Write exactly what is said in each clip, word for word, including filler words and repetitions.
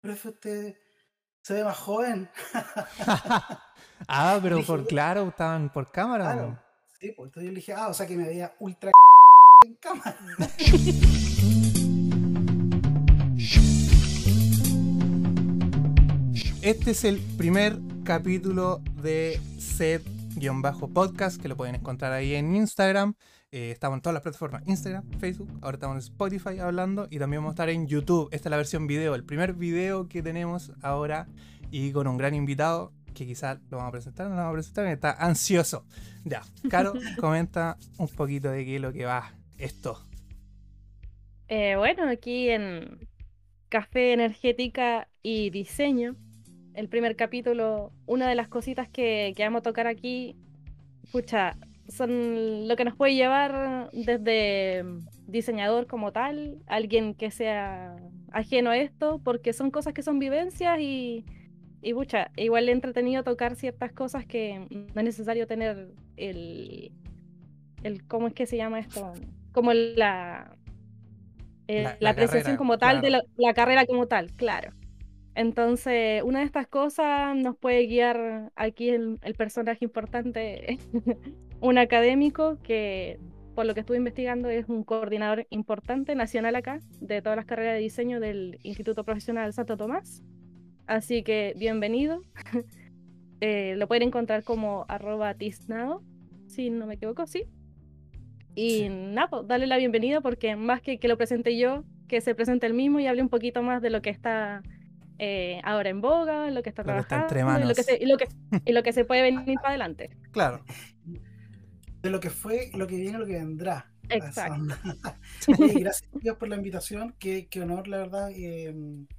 profe, usted se ve más joven. Ah, pero Dije, por claro, estaban por cámara. claro, sí, pues entonces yo le dije, ah, o sea que me veía ultra en cámara. Este es el primer capítulo de Set-podcast que lo pueden encontrar ahí en Instagram. Eh, estamos en todas las plataformas: Instagram, Facebook, ahora estamos en Spotify hablando y también vamos a estar en YouTube. Esta es la versión video, el primer video que tenemos ahora y con un gran invitado que quizás lo vamos a presentar, no lo vamos a presentar, está ansioso. Ya, Caro, comenta un poquito de qué es lo que va esto. Eh, bueno, aquí en Café Energética y Diseño, el primer capítulo, una de las cositas que, que vamos a tocar aquí, pucha, son lo que nos puede llevar desde diseñador como tal, alguien que sea ajeno a esto, porque son cosas que son vivencias y, y pucha, igual es entretenido tocar ciertas cosas que no es necesario tener el, el ¿cómo es que se llama esto? Como la La, eh, la la apreciación carrera, como tal de claro. la, la carrera como tal, claro. Entonces, una de estas cosas nos puede guiar aquí el, el personaje importante, un académico que, por lo que estuve investigando, es un coordinador importante nacional acá de todas las carreras de diseño del Instituto Profesional Santo Tomás. Así que, bienvenido. Eh, lo pueden encontrar como arroba tiznado, si no me equivoco, sí. Y Sí. nada, pues, darle la bienvenida porque más que que lo presente yo, que se presente el mismo y hable un poquito más de lo que está eh, ahora en boga, lo que está Lo que está entre trabajando y lo que manos. se, y lo que, y lo que se puede venir para adelante. Claro. De lo que fue, lo que viene, lo que vendrá. Esa Exacto. onda. Oye, gracias Dios por la invitación. Qué, qué honor, la verdad, eh,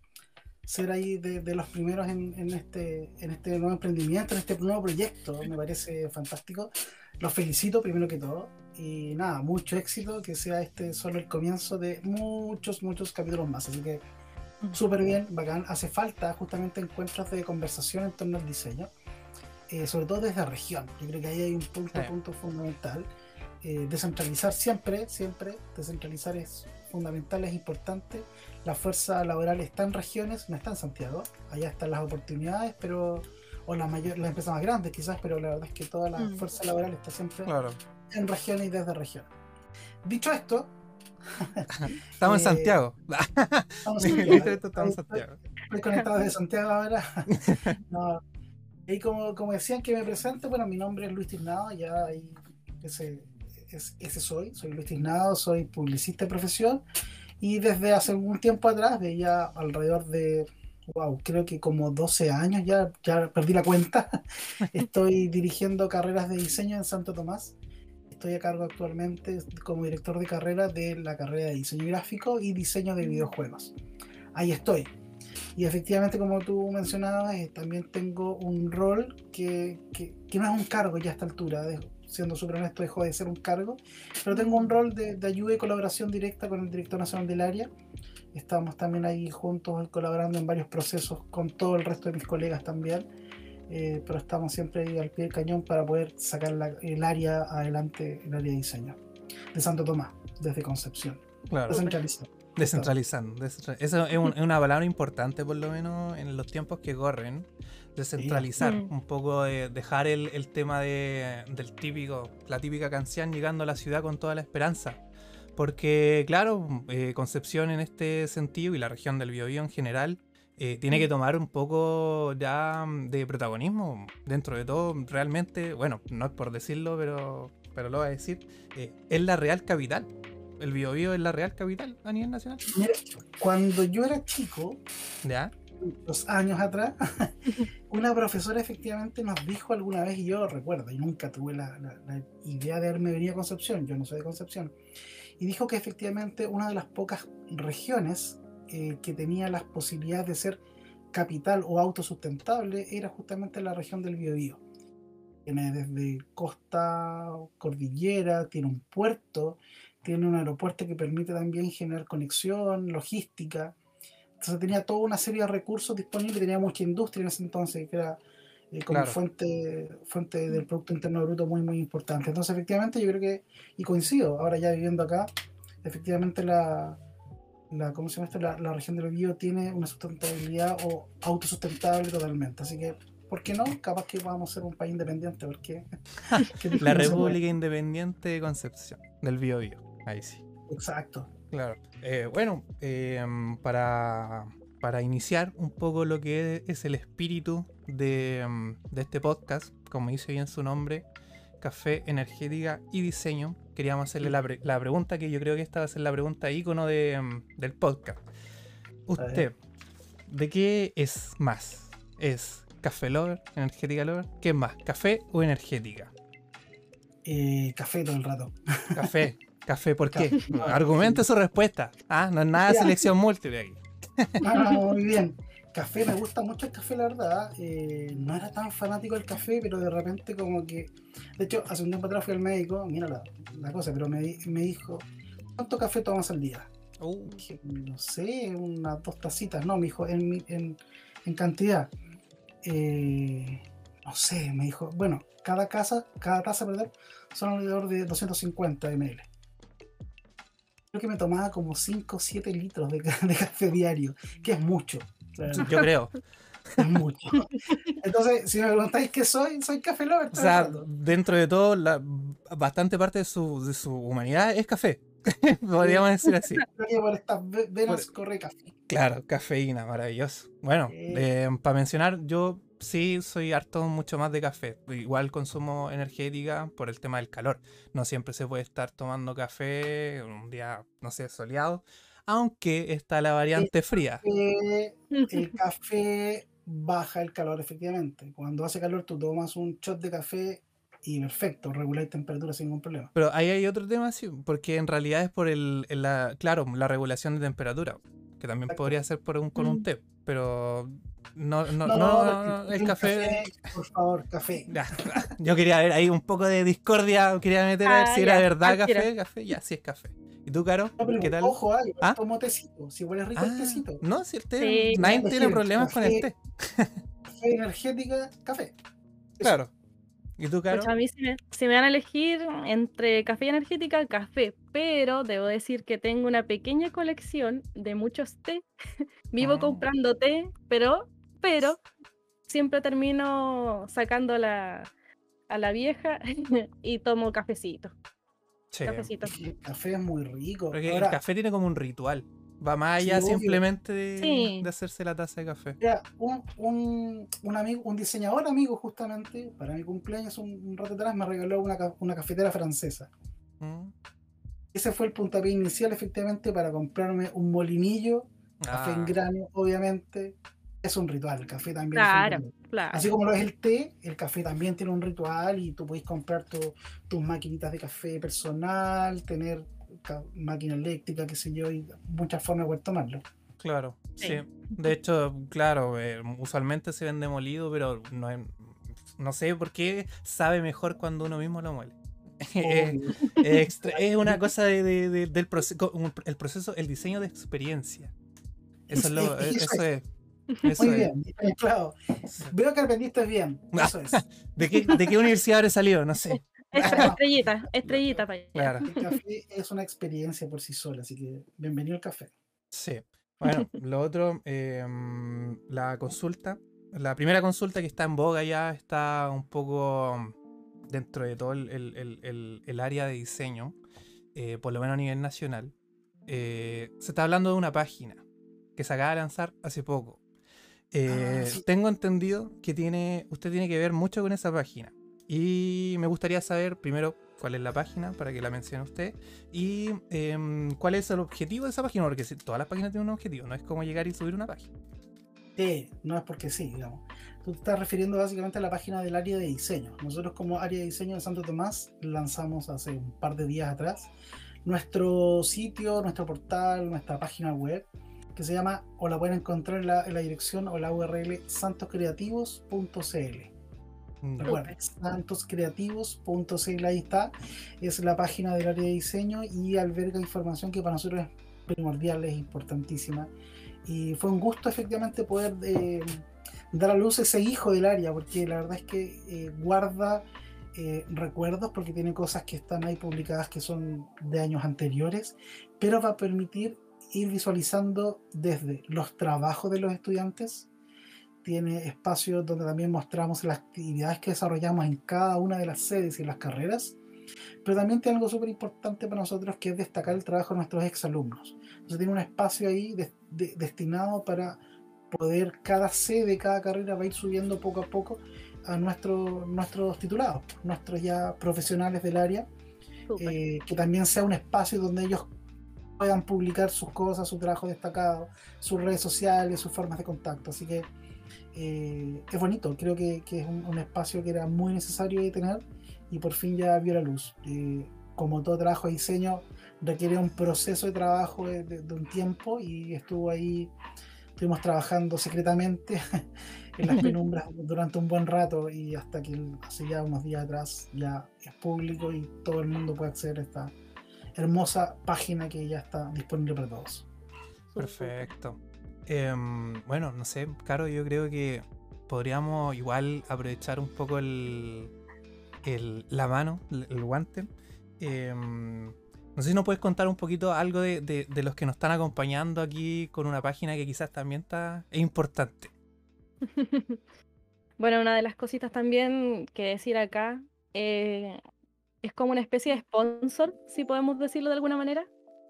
ser ahí de, de los primeros en, en, este, en este nuevo emprendimiento, en este nuevo proyecto. Me parece fantástico. Los felicito primero que todo. Y nada, mucho éxito. Que sea este solo el comienzo de muchos, muchos capítulos más. Así que súper bien, bacán. Hace falta justamente encuentros de conversación en torno al diseño. Eh, sobre todo desde la región. Yo creo que ahí hay un punto, Sí. punto fundamental. Eh, descentralizar siempre, siempre, descentralizar es fundamental, es importante. La fuerza laboral está en regiones, no está en Santiago. Allá están las oportunidades, pero o las mayor, las empresas más grandes quizás, pero la verdad es que toda la Mm. fuerza laboral está siempre Claro. en regiones y desde regiones. Dicho esto, Estamos en eh, Santiago. estamos en Literalmente Santiago. estamos en Estoy, Santiago. estoy conectado desde Santiago ahora. No, y como, como decían que me presente, bueno, mi nombre es Luis Tiznado, ya ahí ese, es- ese soy, soy Luis Tiznado, soy publicista de profesión y desde hace algún tiempo atrás, de ya alrededor de, wow, creo que como doce años, ya, ya perdí la cuenta, estoy dirigiendo carreras de diseño en Santo Tomás. Estoy a cargo actualmente como director de carrera de la carrera de diseño gráfico y diseño de videojuegos. Ahí estoy. Y efectivamente, como tú mencionabas, eh, también tengo un rol que, que, que no es un cargo ya a esta altura, de, siendo súper honesto, dejó de ser un cargo, pero tengo un rol de, de ayuda y colaboración directa con el director nacional del área. Estamos también ahí juntos colaborando en varios procesos con todo el resto de mis colegas también, eh, pero estamos siempre ahí al pie del cañón para poder sacar la, el área adelante, el área de diseño de Santo Tomás, desde Concepción. Claro. Descentralizado. Descentralizando. descentra- Eso es, un- es una palabra importante, por lo menos en los tiempos que corren. Descentralizar, Mm. un poco de dejar el, el tema de, del típico, la típica canción llegando a la ciudad con toda la esperanza. Porque, claro, eh, Concepción en este sentido y la región del Biobío en general eh, tiene que tomar un poco ya mm, de protagonismo. Dentro de todo, realmente, bueno, no es por decirlo, pero, pero lo voy a decir, eh, es la real capital. El Biobío es la real capital a nivel nacional. Mira, cuando yo era chico, ¿Ya? dos años atrás, una profesora efectivamente nos dijo alguna vez, y yo lo recuerdo, y nunca tuve la, la, la idea de haberme venido a Concepción, yo no soy de Concepción, y dijo que efectivamente una de las pocas regiones eh, que tenía las posibilidades de ser capital o autosustentable era justamente la región del Biobío. Tiene desde costa, cordillera, tiene un puerto, tiene un aeropuerto que permite también generar conexión, logística. Entonces tenía toda una serie de recursos disponibles, tenía mucha industria en ese entonces, que era eh, como Claro. fuente, fuente del Producto Interno Bruto muy, muy importante. Entonces, efectivamente, yo creo que, y coincido, ahora ya viviendo acá, efectivamente la, la, ¿cómo se llama esto? La, la región del Biobío tiene una sustentabilidad o autosustentable totalmente. Así que, ¿por qué no? Capaz que vamos a ser un país independiente, porque La República Independiente de Concepción, del Biobío. Ahí sí. Exacto. Claro. Eh, bueno, eh, para, para iniciar un poco lo que es el espíritu de, de este podcast, como dice bien su nombre, Café, Energética y Diseño, queríamos hacerle la, pre la pregunta que yo creo que esta va a ser la pregunta ícono de, um, del podcast. Usted, ¿de qué es más? ¿Es café lover, energética lover? ¿Qué es más, café o energética? Eh, café todo el rato. Café. Café, ¿por qué? Café, no, Argumente sí. su respuesta. Ah, no es nada de selección múltiple aquí. No, no, no, muy bien. Café, me gusta mucho el café, la verdad. Eh, no era tan fanático del café, pero de repente como que... De hecho, hace un tiempo atrás fui al médico, mira la, la cosa, pero me, me dijo, ¿cuánto café tomas al día? Uh. Dije, no sé, unas dos tacitas. No, me dijo, en, en, en cantidad. Eh, no sé, me dijo, bueno, cada, casa, cada taza, perdón, son alrededor de doscientos cincuenta mililitros. Creo que me tomaba como cinco o siete litros de, de café diario, que es mucho. Yo creo. Es mucho. Entonces, si me preguntáis qué soy, soy café lover. O sea, dentro de todo, la, bastante parte de su, de su humanidad es café. Podríamos decir así. Por estas venas por... corre café. Claro, cafeína, maravilloso. Bueno, eh, para mencionar, yo sí soy harto mucho más de café. Igual consumo energética por el tema del calor. No siempre se puede estar tomando café un día, no sé, soleado. Aunque está la variante el fría. Café, el café baja el calor, efectivamente. Cuando hace calor, tú tomas un shot de café y perfecto, reguláis temperatura sin ningún problema. Pero ahí hay otro tema, sí, porque en realidad es por el, el la, claro, la regulación de temperatura, que también Exacto. podría ser por un, con un té, pero no, no, no, no, no, no el café... café... Por favor, café. Yo quería ver ahí un poco de discordia, quería meter a ver ah, si era ya, verdad café, tira. café, ya, sí es café. ¿Y tú, Caro? No, pero ¿Qué tal? Ojo, ay, ¿Ah? tomo tecito, si huele rico ah, el tecito. No, si el té, sí. nadie tiene problemas café, con el té. Café, energética, café. Eso. Claro. ¿Y tú, Caro? Pues a mí si me, si me van a elegir entre café y energética, café. Pero debo decir que tengo una pequeña colección de muchos té. Vivo oh. comprando té, pero, pero siempre termino sacando la, a la vieja y tomo cafecito. Sí. Cafecito. El café es muy rico. Porque Ahora, el café tiene como un ritual. Va más allá sí, simplemente de, sí. de hacerse la taza de café. Mira, un, un, un amigo, un diseñador amigo justamente, para mi cumpleaños un, un rato atrás me regaló una, una cafetera francesa. ¿Mm? Ese fue el puntapié inicial efectivamente para comprarme un molinillo, ah. café en grano, obviamente. Es un ritual, el café también claro, es un ritual. Claro. Así como lo es el té, el café también tiene un ritual y tú podés comprar tu, tus maquinitas de café personal, tener máquina eléctrica, qué sé yo, y muchas formas de poder tomarlo. Claro, sí. sí. De hecho, claro, eh, usualmente se vende molido, pero no, es, no sé por qué sabe mejor cuando uno mismo lo muele. es, extra, es una cosa de, de, de, del proceso, el proceso, el diseño de experiencia. Eso es lo, eso, eso es. Eso Muy bien, es. Claro. Veo que aprendiste bien. Eso es. ¿De qué, ¿De qué universidad habré salido? No sé. Estrellita, estrellita para allá. Claro. El café es una experiencia por sí sola, así que bienvenido al café. Sí. Bueno, lo otro, eh, la consulta. La primera consulta que está en boga ya está un poco dentro de todo el, el, el, el área de diseño, eh, por lo menos a nivel nacional. Eh, se está hablando de una página que se acaba de lanzar hace poco. Eh, ah, sí. Tengo entendido que tiene, usted tiene que ver mucho con esa página. Y me gustaría saber primero cuál es la página para que la mencione usted. Y eh, cuál es el objetivo de esa página. Porque si, todas las páginas tienen un objetivo. No es como llegar y subir una página. Sí, no es porque sí, digamos. Tú te estás refiriendo básicamente a la página del área de diseño. Nosotros como área de diseño de Santo Tomás lanzamos hace un par de días atrás nuestro sitio, nuestro portal, nuestra página web, que se llama, o la pueden encontrar en la, en la dirección o la U R L santos creativos punto c l. Recuerden, santos creativos punto c l, ahí está, es la página del área de diseño y alberga información que para nosotros es primordial, es importantísima. Y fue un gusto efectivamente poder eh, dar a luz ese hijo del área, porque la verdad es que eh, guarda eh, recuerdos, porque tiene cosas que están ahí publicadas que son de años anteriores, pero va a permitir ir visualizando desde los trabajos de los estudiantes. Tiene espacios donde también mostramos las actividades que desarrollamos en cada una de las sedes y las carreras, pero también tiene algo súper importante para nosotros, que es destacar el trabajo de nuestros exalumnos. Entonces tiene un espacio ahí de, de, destinado para poder, cada sede, cada carrera va a ir subiendo poco a poco a nuestro, nuestros titulados, nuestros ya profesionales del área, eh, que también sea un espacio donde ellos puedan publicar sus cosas, su trabajo destacado, sus redes sociales, sus formas de contacto. Así que eh, es bonito, creo que, que es un, un espacio que era muy necesario de tener y por fin ya vio la luz. Eh, como todo trabajo de diseño requiere un proceso de trabajo de, de, de un tiempo, y estuvo ahí, estuvimos trabajando secretamente en las penumbras durante un buen rato, y hasta que hace ya unos días atrás ya es público y todo el mundo puede acceder a esta hermosa página que ya está disponible para todos. Perfecto. Eh, bueno, no sé, Caro, yo creo que podríamos igual aprovechar un poco el, el, la mano, el, el guante. Eh, no sé si nos puedes contar un poquito algo de, de, de los que nos están acompañando aquí con una página que quizás también está, es importante. Bueno, una de las cositas también que decir acá, eh, es como una especie de sponsor, si podemos decirlo de alguna manera,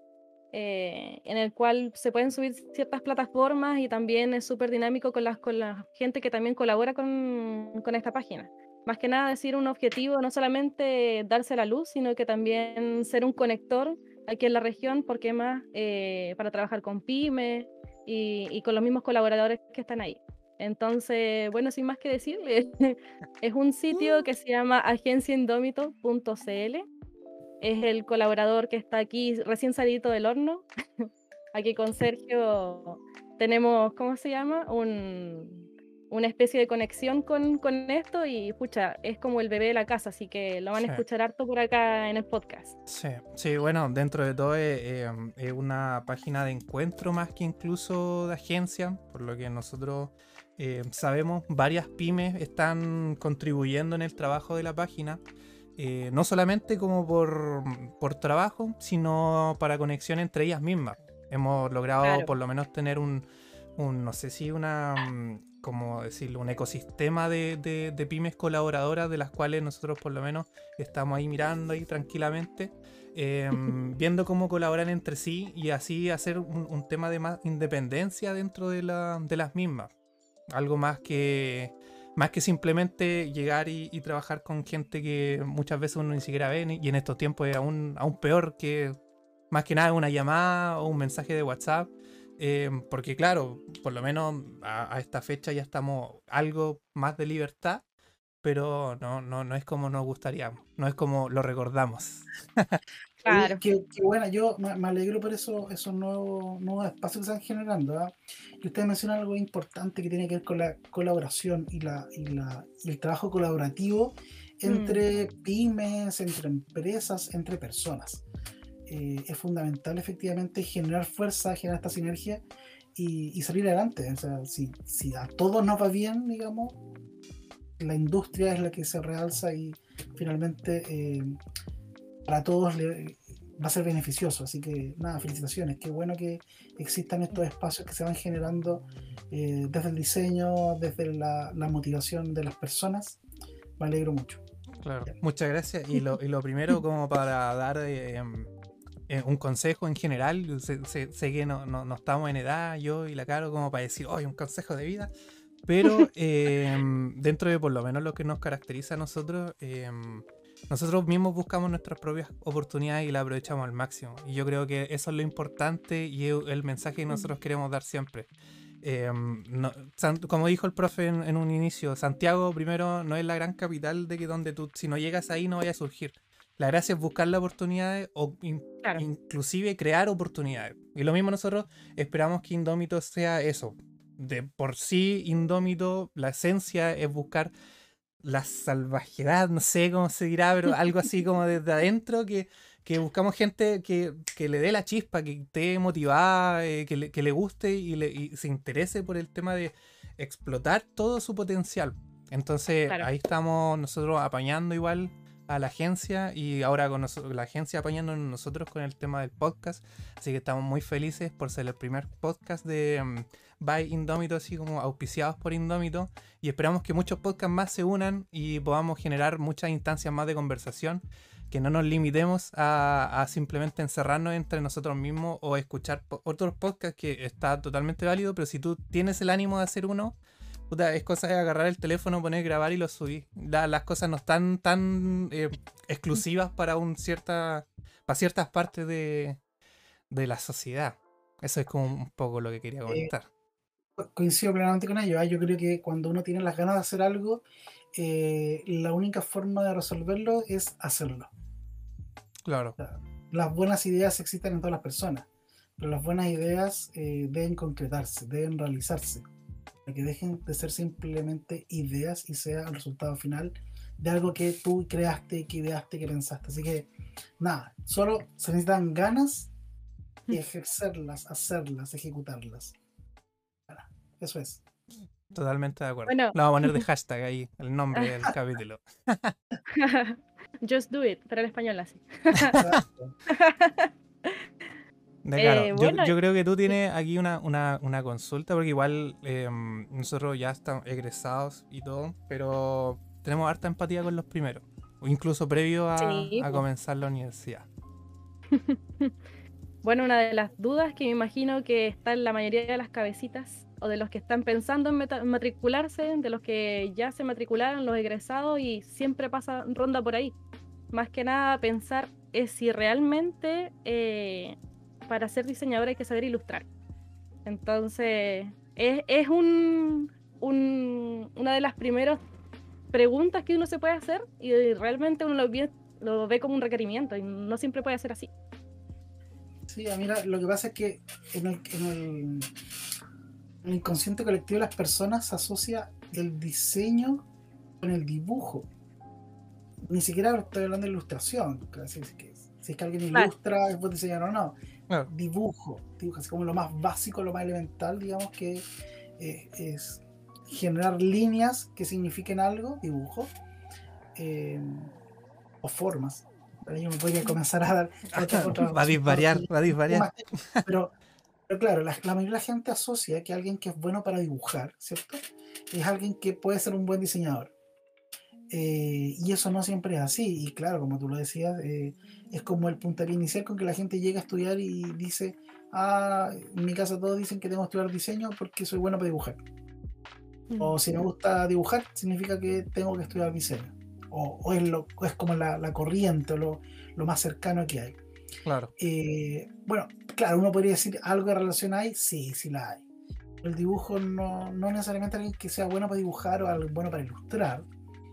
eh, en el cual se pueden subir ciertas plataformas, y también es súper dinámico con, las, con la gente que también colabora con, con esta página. Más que nada decir un objetivo, no solamente darse la luz, sino que también ser un conector aquí en la región, porque más eh, para trabajar con pymes y, y con los mismos colaboradores que están ahí. Entonces, bueno, sin más que decirle, es un sitio que se llama agencia indómito punto c l. Es el colaborador que está aquí recién salidito del horno. Aquí con Sergio tenemos, ¿cómo se llama? Un, una especie de conexión con, con esto, y pucha, es como el bebé de la casa, así que lo van a Sí. escuchar harto por acá en el podcast. Sí, sí, bueno, dentro de todo es, eh, es una página de encuentro más que incluso de agencia, por lo que nosotros eh, sabemos, varias pymes están contribuyendo en el trabajo de la página, eh, no solamente como por, por trabajo, sino para conexión entre ellas mismas. Hemos logrado Claro. por lo menos tener un, un no sé si una, mm, como decirlo, un ecosistema de, de, de pymes colaboradoras, de las cuales nosotros por lo menos estamos ahí mirando ahí tranquilamente, eh, viendo cómo colaboran entre sí, y así hacer un, un tema de más independencia dentro de, la, de las mismas. Algo más que, más que simplemente llegar y, y trabajar con gente que muchas veces uno ni siquiera ve, ni- y en estos tiempos es aún, aún peor, que más que nada una llamada o un mensaje de WhatsApp. Eh, porque claro, por lo menos a, a esta fecha ya estamos algo más de libertad, pero no, no, no es como nos gustaría, no es como lo recordamos. Oye, Claro. qué, qué buena, yo me, me alegro por eso, esos nuevos, nuevos espacios que se están generando. ¿Ah? Y ustedes mencionan algo importante que tiene que ver con la colaboración y, la, y, la, y el trabajo colaborativo Mm, entre pymes, entre empresas, entre personas. Eh, es fundamental efectivamente generar fuerza, generar esta sinergia y, y salir adelante. O sea, si, si a todos nos va bien, digamos, la industria es la que se realza y finalmente eh, para todos le, va a ser beneficioso. Así que nada, felicitaciones. Qué bueno que existan estos espacios que se van generando eh, desde el diseño, desde la, la motivación de las personas. Me alegro mucho. Claro, muchas gracias. Y lo, y lo primero, como para dar eh, em, eh, un consejo en general, sé, sé- sé que no, no, no estamos en edad, yo y la Caro, como para decir, oye, un consejo de vida, pero eh, dentro de por lo menos lo que nos caracteriza a nosotros, eh, nosotros mismos buscamos nuestras propias oportunidades y las aprovechamos al máximo. Y yo creo que eso es lo importante y es el mensaje que nosotros queremos dar siempre. Eh, no- San- como dijo el profe en, en un inicio, Santiago primero no es la gran capital de que donde tú, si no llegas ahí, no vayas a surgir. La gracia es buscar las oportunidades o in- claro. inclusive crear oportunidades. Y lo mismo nosotros esperamos que Indómito sea eso. De por sí, Indómito, la esencia es buscar la salvajidad, no sé cómo se dirá, pero algo así como desde adentro, que, que buscamos gente que, que le dé la chispa, que esté motivada, eh, que, le, que le guste y, le, y se interese por el tema de explotar todo su potencial. Entonces Claro. ahí estamos nosotros apañando igual a la agencia y ahora con noso- la agencia apañándonos nosotros con el tema del podcast. Así que estamos muy felices por ser el primer podcast de um, By Indómito, así como auspiciados por Indómito. Y esperamos que muchos podcasts más se unan y podamos generar muchas instancias más de conversación. Que no nos limitemos a, a simplemente encerrarnos entre nosotros mismos o escuchar po- otros podcasts, que está totalmente válido, pero si tú tienes el ánimo de hacer uno, puta, es cosa de agarrar el teléfono, poner grabar y lo subir. La- las cosas no están tan eh, exclusivas para un cierta, para ciertas partes de, de la sociedad. Eso es como un poco lo que quería Eh, comentar. co- coincido plenamente con ello. ¿ah? Yo creo que cuando uno tiene las ganas de hacer algo, eh, la única forma de resolverlo es hacerlo. Claro, O sea, las buenas ideas existen en todas las personas, pero las buenas ideas eh, deben concretarse, deben realizarse, para que dejen de ser simplemente ideas y sea el resultado final de algo que tú creaste, que ideaste, que pensaste. Así que nada, solo se necesitan ganas y ejercerlas, hacerlas, ejecutarlas. Voilà, eso es. totalmente de acuerdo. Bueno, Lo vamos a poner de hashtag ahí, el nombre del capítulo. just do it, pero en español así. Exacto. De claro, Eh, yo, bueno, yo creo que tú y- tienes aquí una, una, una consulta, porque igual eh, nosotros ya estamos egresados y todo, pero tenemos harta empatía con los primeros, o incluso previo a, sí, a po. comenzar la universidad. Bueno, una de las dudas que me imagino que está en la mayoría de las cabecitas o de los que están pensando en meta- matricularse, de los que ya se matricularon, los egresados y siempre pasa ronda por ahí. Más que nada pensar es si realmente eh, para ser diseñador hay que saber ilustrar. Entonces, es, es un, un- una de las primeras preguntas que uno se puede hacer y realmente uno lo ve, lo ve como un requerimiento y no siempre puede ser así. Sí, ah, mira, lo que pasa es que en el, en el, en el inconsciente colectivo de las personas se asocia el diseño con el dibujo. Ni siquiera estoy hablando de ilustración. que Si, es que, si es que alguien Claro. ilustra, es buen diseñador o no. Claro, Dibujo, dibujo, así como lo más básico, lo más elemental, digamos que eh, es generar líneas que signifiquen algo, dibujo, eh, o formas. Pero yo me podría comenzar a dar otra, otra va a disvariar, va a disvariar. más técnicos, pero, pero claro, la, la mayoría de la gente asocia que alguien que es bueno para dibujar, ¿cierto? Es alguien que puede ser un buen diseñador. Eh, y eso no siempre es así. Y claro, como tú lo decías, eh, es como el puntapié inicial con que la gente llega a estudiar y dice, ah, en mi casa todos dicen que tengo que estudiar diseño porque soy bueno para dibujar. Mm. O si me gusta dibujar, significa que tengo que estudiar diseño. O, o es, lo, o es como la, la corriente, o lo, lo más cercano que hay. Claro, Eh, bueno, claro, uno podría decir algo de relación hay, sí, sí la hay. El dibujo no, no necesariamente alguien que sea bueno para dibujar o alguien bueno para ilustrar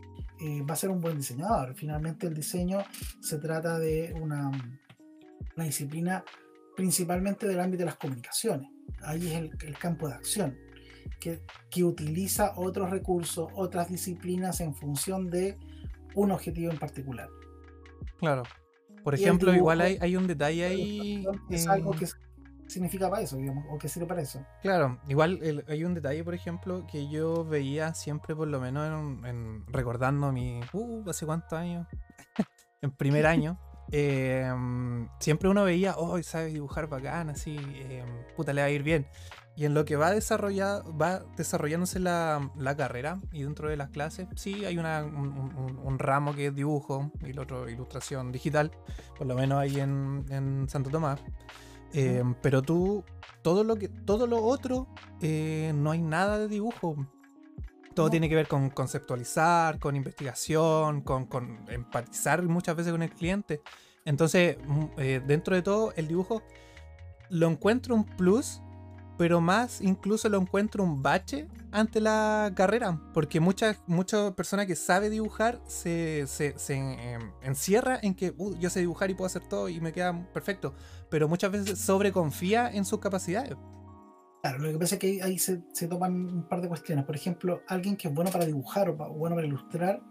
eh, va a ser un buen diseñador. Finalmente el diseño se trata de una, una disciplina principalmente del ámbito de las comunicaciones. Ahí es el, el campo de acción, que, que utiliza otros recursos, otras disciplinas en función de un objetivo en particular. claro. Por Y el ejemplo, igual dibujo, hay, hay un detalle la ahí. ilustración es algo eh, que significa para eso, digamos, o que sirve para eso. Claro, igual el- hay un detalle, por ejemplo, que yo veía siempre, por lo menos en, en- recordando mi, uh, hace cuántos años, en primer año, eh, siempre uno veía, oh, sabe dibujar bacán, así, eh, puta, le va a ir bien. Y en lo que va desarrollado, va desarrollándose la, la carrera y dentro de las clases, sí hay una, un, un- un ramo que es dibujo y el otro ilustración digital, por lo menos ahí en, en Santo Tomás. Eh, pero tú, todo lo que, todo lo otro, eh, no hay nada de dibujo. Todo No, tiene que ver con conceptualizar, con investigación, con, con empatizar muchas veces con el cliente. Entonces, mm, eh, dentro de todo, el dibujo lo encuentro un plus, pero más incluso lo encuentro un bache ante la carrera. Porque muchas muchas personas que sabe dibujar se, se, se, em, encierra en que "Uh, yo sé dibujar y puedo hacer todo y me queda perfecto". Pero muchas veces sobreconfía en sus capacidades. claro, lo que pasa es que ahí, ahí se, se toman un par de cuestiones. Por ejemplo, alguien que es bueno para dibujar o, pa- o bueno para ilustrar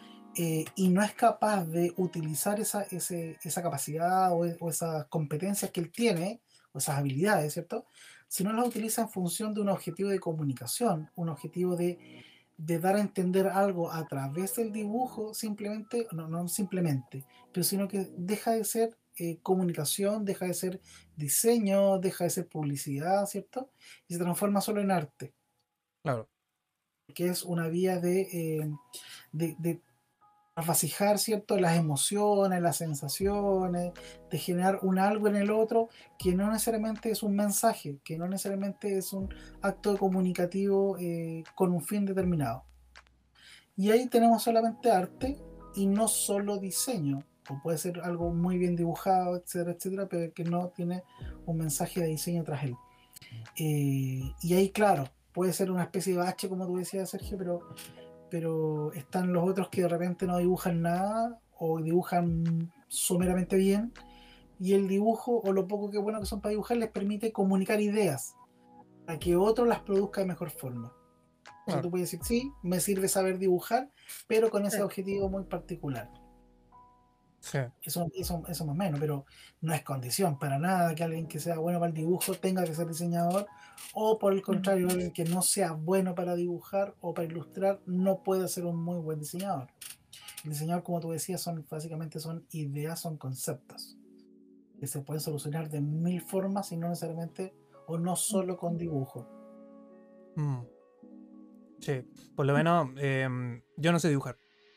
eh, y no es capaz de utilizar esa, ese- esa capacidad o, e- o esas competencias que él tiene, o esas habilidades, ¿cierto? Si no las utiliza en función de un objetivo de comunicación, un objetivo de, de dar a entender algo a través del dibujo, simplemente, no, no simplemente, pero sino que deja de ser eh, comunicación, deja de ser diseño, deja de ser publicidad, ¿cierto? Y se transforma solo en arte, Claro. que es una vía de, eh, de, de trasvasijar, ¿cierto? Las emociones, las sensaciones, de generar un algo en el otro que no necesariamente es un mensaje, que no necesariamente es un acto comunicativo eh, con un fin determinado. Y ahí tenemos solamente arte y no solo diseño, o puede ser algo muy bien dibujado, etcétera, etcétera, pero que no tiene un mensaje de diseño tras él. Eh, y ahí, claro, puede ser una especie de bache, como tú decías, Sergio, pero, pero están los otros que de repente no dibujan nada o dibujan someramente bien, y el dibujo, o lo poco que bueno que son para dibujar, les permite comunicar ideas para que otro las produzca de mejor forma. O sea, Claro. tú puedes decir, sí, me sirve saber dibujar, pero con ese Sí. objetivo muy particular. Sí. Eso, eso, eso más o menos, pero no es condición para nada que alguien que sea bueno para el dibujo tenga que ser diseñador, o por el contrario, alguien que no sea bueno para dibujar o para ilustrar no puede ser un muy buen diseñador. El diseñador, como tú decías, son básicamente son ideas, son conceptos que se pueden solucionar de mil formas y no necesariamente o no solo con dibujo. Mm. Sí, por lo menos em, yo no sé dibujar.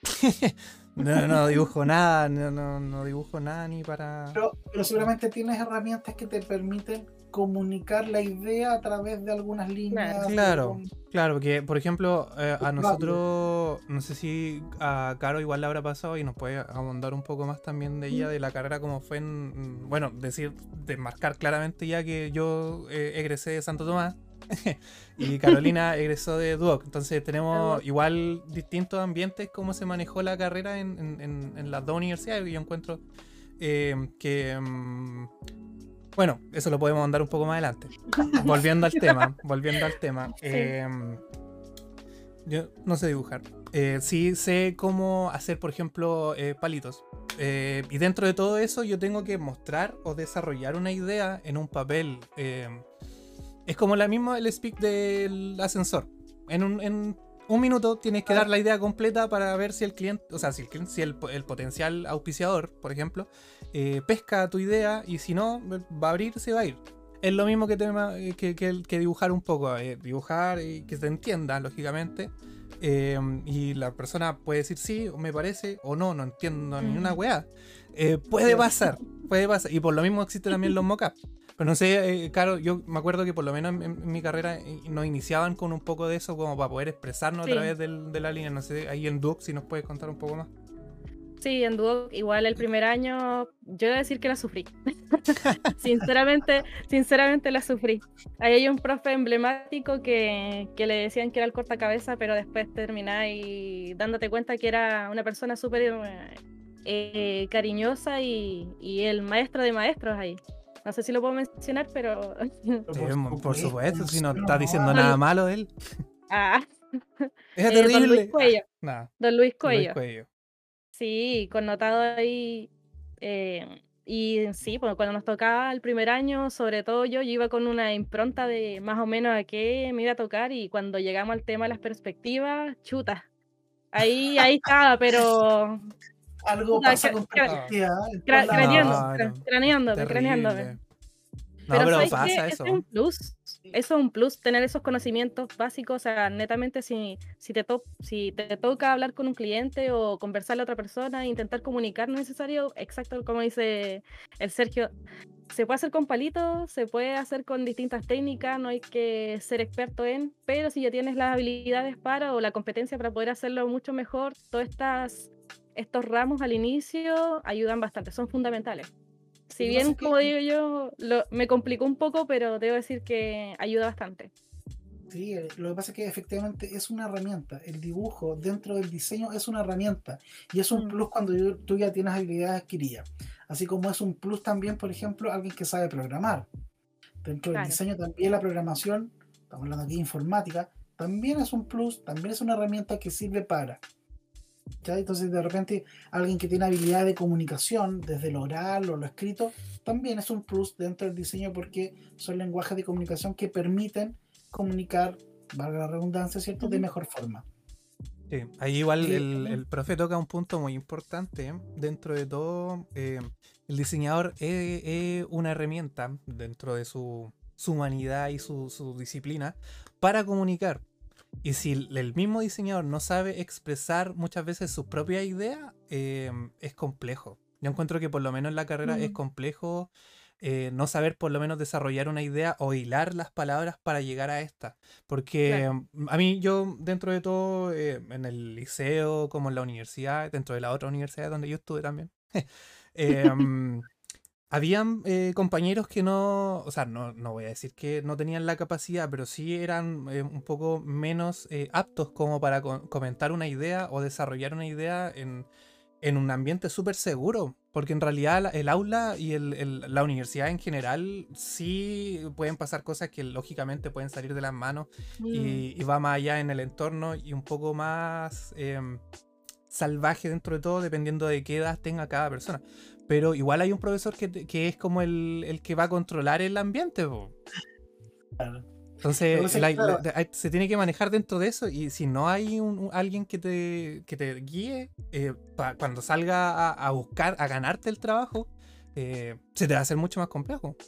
No, no dibujo nada, no, no, no dibujo nada ni para... Pero, pero seguramente tienes herramientas que te permiten comunicar la idea a través de algunas Claro. líneas de Claro, algún claro, porque por ejemplo eh, a rápido. nosotros, no sé si a Caro igual le habrá pasado y nos puede abundar un poco más también de ella, de la carrera como fue en, bueno, decir, desmarcar claramente ya que yo eh, egresé de Santo Tomás y Carolina egresó de Duoc, entonces tenemos igual distintos ambientes cómo se manejó la carrera en, en, en, en las dos universidades, y yo encuentro eh, que... mm, bueno, eso lo podemos andar un poco más adelante. Volviendo al tema, volviendo al tema. Sí. eh, yo no sé dibujar. Eh, sí sé cómo hacer, por ejemplo, eh, palitos. Eh, y dentro de todo eso yo tengo que mostrar o desarrollar una idea en un papel. Eh, es como la misma el speak del ascensor. En un, en un minuto tienes que dar la idea completa para ver si el cliente, o sea, si el, cliente, si el, el potencial auspiciador, por ejemplo, eh, pesca tu idea, y si no, va a abrir, se va a ir. Es lo mismo que, tema, que, que, que dibujar un poco, eh, dibujar y que se entienda, lógicamente. Eh, y la persona puede decir sí, me parece, o no, no entiendo ni una weá. Eh, puede pasar, puede pasar. Y por lo mismo existen también los mockups. Pero no sé, eh, claro, yo me acuerdo que por lo menos en, en mi carrera eh, nos iniciaban con un poco de eso como para poder expresarnos Sí. a través del, de la línea. No sé, ahí en Duoc si nos puedes contar un poco más. Sí, en Duoc igual el primer año, yo he de decir que la sufrí. Sinceramente, sinceramente la sufrí. Ahí hay un profe emblemático que, que le decían que era el cortacabeza, pero después termináis dándote cuenta que era una persona súper eh, eh, cariñosa y, y el maestro de maestros ahí. No sé si lo puedo mencionar, pero... Sí, Por por supuesto, si no no, estás diciendo Don- nada malo de él. Ah, Es eh, don Luis terrible. Cuello. Ah, nada, Don Luis Luis Cuello. Cuello. Sí, connotado ahí. eh, y sí, pues cuando nos tocaba el primer año, sobre todo yo, yo iba con una impronta de más o menos a qué me iba a tocar, y cuando llegamos al tema de las perspectivas, chuta. Ahí, ahí estaba, pero algo chuta, pasa cra- con cra- Ah, perspectiva, ¿eh? En todos cra- lados craneando, pasa. no, cra- no, craneándome, craneándome. terrible. No, Pero pero ¿sabes qué? pasa Ese es eso. un plus. Eso es un plus, tener esos conocimientos básicos. O sea, netamente si, si, te, to si te toca hablar con un cliente o conversarle a otra persona e intentar comunicar, no es necesario, exacto como dice el Sergio, se puede hacer con palitos, se puede hacer con distintas técnicas, no hay que ser experto en, pero si ya tienes las habilidades para o la competencia para poder hacerlo mucho mejor, todas estas estos ramos al inicio ayudan bastante, son fundamentales. Si Lo que pasa bien, es como que digo yo, lo- me complicó un poco, pero debo decir que ayuda bastante. sí, eh, lo que pasa es que efectivamente es una herramienta. El dibujo dentro del diseño es una herramienta y es un Mm, plus cuando yo- tú ya tienes habilidades adquiridas. Así como es un plus también, por ejemplo, alguien que sabe programar. Dentro del claro. diseño también la programación, estamos hablando aquí de informática, también es un plus, también es una herramienta que sirve para. ¿Ya? Entonces de repente alguien que tiene habilidad de comunicación, desde lo oral o lo escrito, también es un plus dentro del diseño porque son lenguajes de comunicación que permiten comunicar, valga la redundancia, ¿cierto?, de Ujú. mejor forma. Sí, ahí igual Y, el, el profe toca un punto muy importante. ¿eh? Dentro de todo, eh, el diseñador es, es una herramienta dentro de su, su humanidad y su, su disciplina para comunicar. Y si el el mismo diseñador no sabe expresar muchas veces sus propias ideas, eh, es complejo. Yo encuentro que por lo menos en la carrera es Mm, complejo eh, no saber por lo menos desarrollar una idea o hilar las palabras para llegar a esta. Porque claro. mm, a mí yo dentro de todo, eh, en el liceo como en la universidad, dentro de la otra universidad donde yo estuve también, eh, mm, habían eh, compañeros que no, o sea, no, no voy a decir que no tenían la capacidad, pero sí eran eh, un poco menos eh, aptos como para co- comentar una idea o desarrollar una idea en, en un ambiente súper seguro. Porque en realidad la- el aula y el- el- la universidad en general sí pueden pasar cosas que lógicamente pueden salir de las manos Mm, y, y va más allá en el entorno y un poco más em, salvaje dentro de todo, dependiendo de qué edad tenga cada persona. Pero igual hay un profesor que, te- que es como el, el que va a controlar el ambiente, po. claro. Lo que Entonces pasa es la- que, la- claro, de- hay- se tiene que manejar dentro de eso y si no hay un, un- alguien que te, que te guíe, eh, pa- cuando salga a, a buscar, a ganarte el trabajo, eh, se te va a hacer mucho más complejo.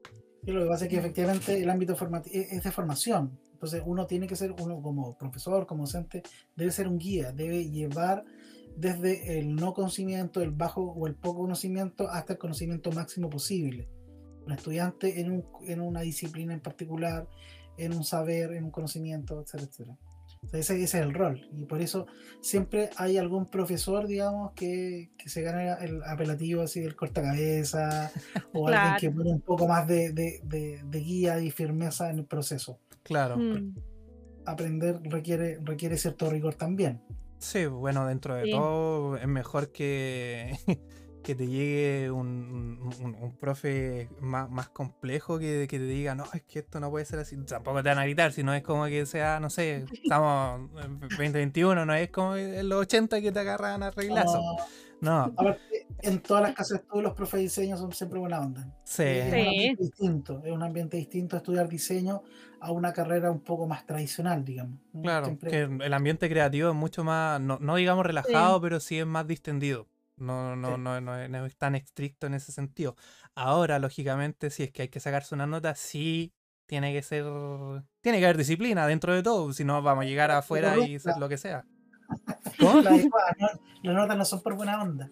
y lo que pasa es que mm, efectivamente el ámbito formativo es de formación. Entonces uno tiene que ser, uno como profesor, como docente, debe ser un guía, debe llevar desde el no conocimiento, el bajo o el poco conocimiento hasta el conocimiento máximo posible. Un estudiante en, un, en una disciplina en particular, en un saber, en un conocimiento, etcétera, etcétera. O sea, ese, ese es el rol. Y por eso siempre hay algún profesor, digamos, que, que se gana el apelativo así del cortacabeza, o alguien que claro. pone un poco más de, de, de, de guía y firmeza en el proceso. Claro. Porque Mm, aprender requiere, requiere cierto rigor también. Sí, bueno, dentro de sí. todo es mejor que, que te llegue un, un- un profe más, más complejo que, que te diga, no, es que esto no puede ser así. Tampoco te van a gritar, sino es como que sea, no sé, estamos en veinte veintiuno, no es como en los ochenta que te agarran a reglazo. No, No, aparte, en todas las casas de estudio los profes de diseño son siempre buena onda. sí, Eh, Es un Sí. ambiente distinto, es un ambiente distinto estudiar diseño a una carrera un poco más tradicional, digamos. ¿no? claro, Siempre, que el ambiente creativo es mucho más, no, no digamos Sí. relajado, pero sí es más distendido. No, no, sí. no, no es, no es tan estricto en ese sentido. Ahora, lógicamente, si es que hay que sacarse una nota, sí tiene que ser. Tiene que haber disciplina dentro de todo, si no vamos a llegar La afuera y corrupta, ser lo que sea. ¿Cómo? la adecuada, ¿no? Las notas no son por buena onda.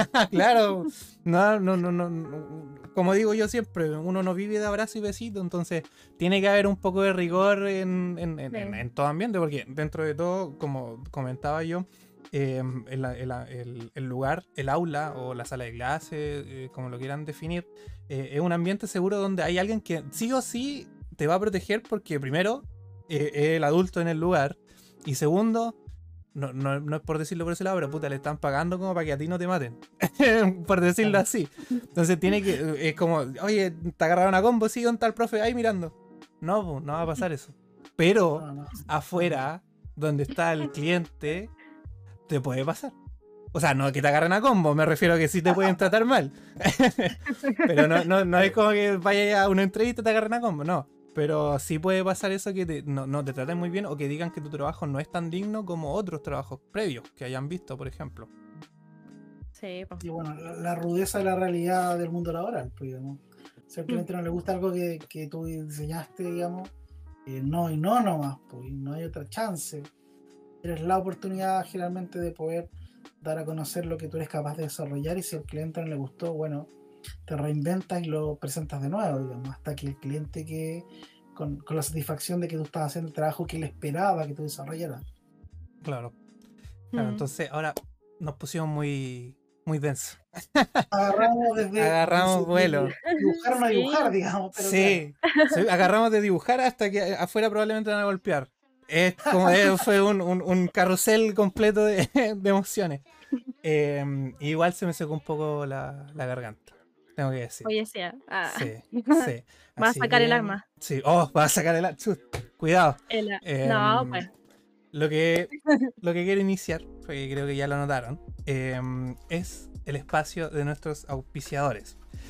Claro, no, no, no, no, no. Como digo yo siempre, uno no vive de abrazo y besito, entonces tiene que haber un poco de rigor en, en, en, en- Sí. en todo ambiente, porque dentro de todo, como comentaba yo, eh, el, el- el- el lugar, el aula o la sala de clase, eh, como lo quieran definir, eh, es un ambiente seguro donde hay alguien que sí o sí te va a proteger porque primero eh, es el adulto en el lugar y segundo no, no, no es por decirlo por ese lado, pero puta, le están pagando como para que a ti no te maten. Por decirlo Claro. así. Entonces tiene que. Es como, oye, te agarraron a combo, sí, un tal profe ahí mirando. No, po, no va a pasar eso. Pero No, no, afuera, donde está el cliente, te puede pasar. O sea, no que te agarren a combo, me refiero a que sí te pueden tratar mal. Pero no, no, no es como que vaya a una entrevista y te agarren a combo, no. Pero sí puede pasar eso que te- no, no te traten muy bien o que digan que tu trabajo no es tan digno como otros trabajos previos que hayan visto, por ejemplo. Sí, po. y bueno, la, la rudeza de la realidad del mundo laboral, pues, digamos. Si al Mm, cliente no le gusta algo que, que tú diseñaste, digamos, eh, no y no nomás, pues, y no hay otra chance. Tienes la oportunidad generalmente de poder dar a conocer lo que tú eres capaz de desarrollar y si al cliente no le gustó, bueno, te reinventas y lo presentas de nuevo, digamos, hasta que el cliente quede con, con la satisfacción de que tú estás haciendo el trabajo que él esperaba que tú desarrollaras. Claro. Claro, mm. entonces ahora nos pusimos muy, muy densos. Agarramos desde, Agarramos desde- vuelo. desde dibujar, no dibujar, Sí. digamos, pero claro. Sí, sí, agarramos de dibujar hasta que afuera probablemente van a golpear. Es como eh, fue un, un- un carrusel completo de, de emociones. Eh, igual se me secó un poco la, la garganta, tengo que decir. Oye, sí. Ah. Sí, sí. Va a Así sacar el que, arma. sí. Oh, va a sacar el... chut, cuidado. El a- No, Em, pues. lo que, lo que quiero iniciar, porque creo que ya lo notaron, em, es el espacio de nuestros auspiciadores.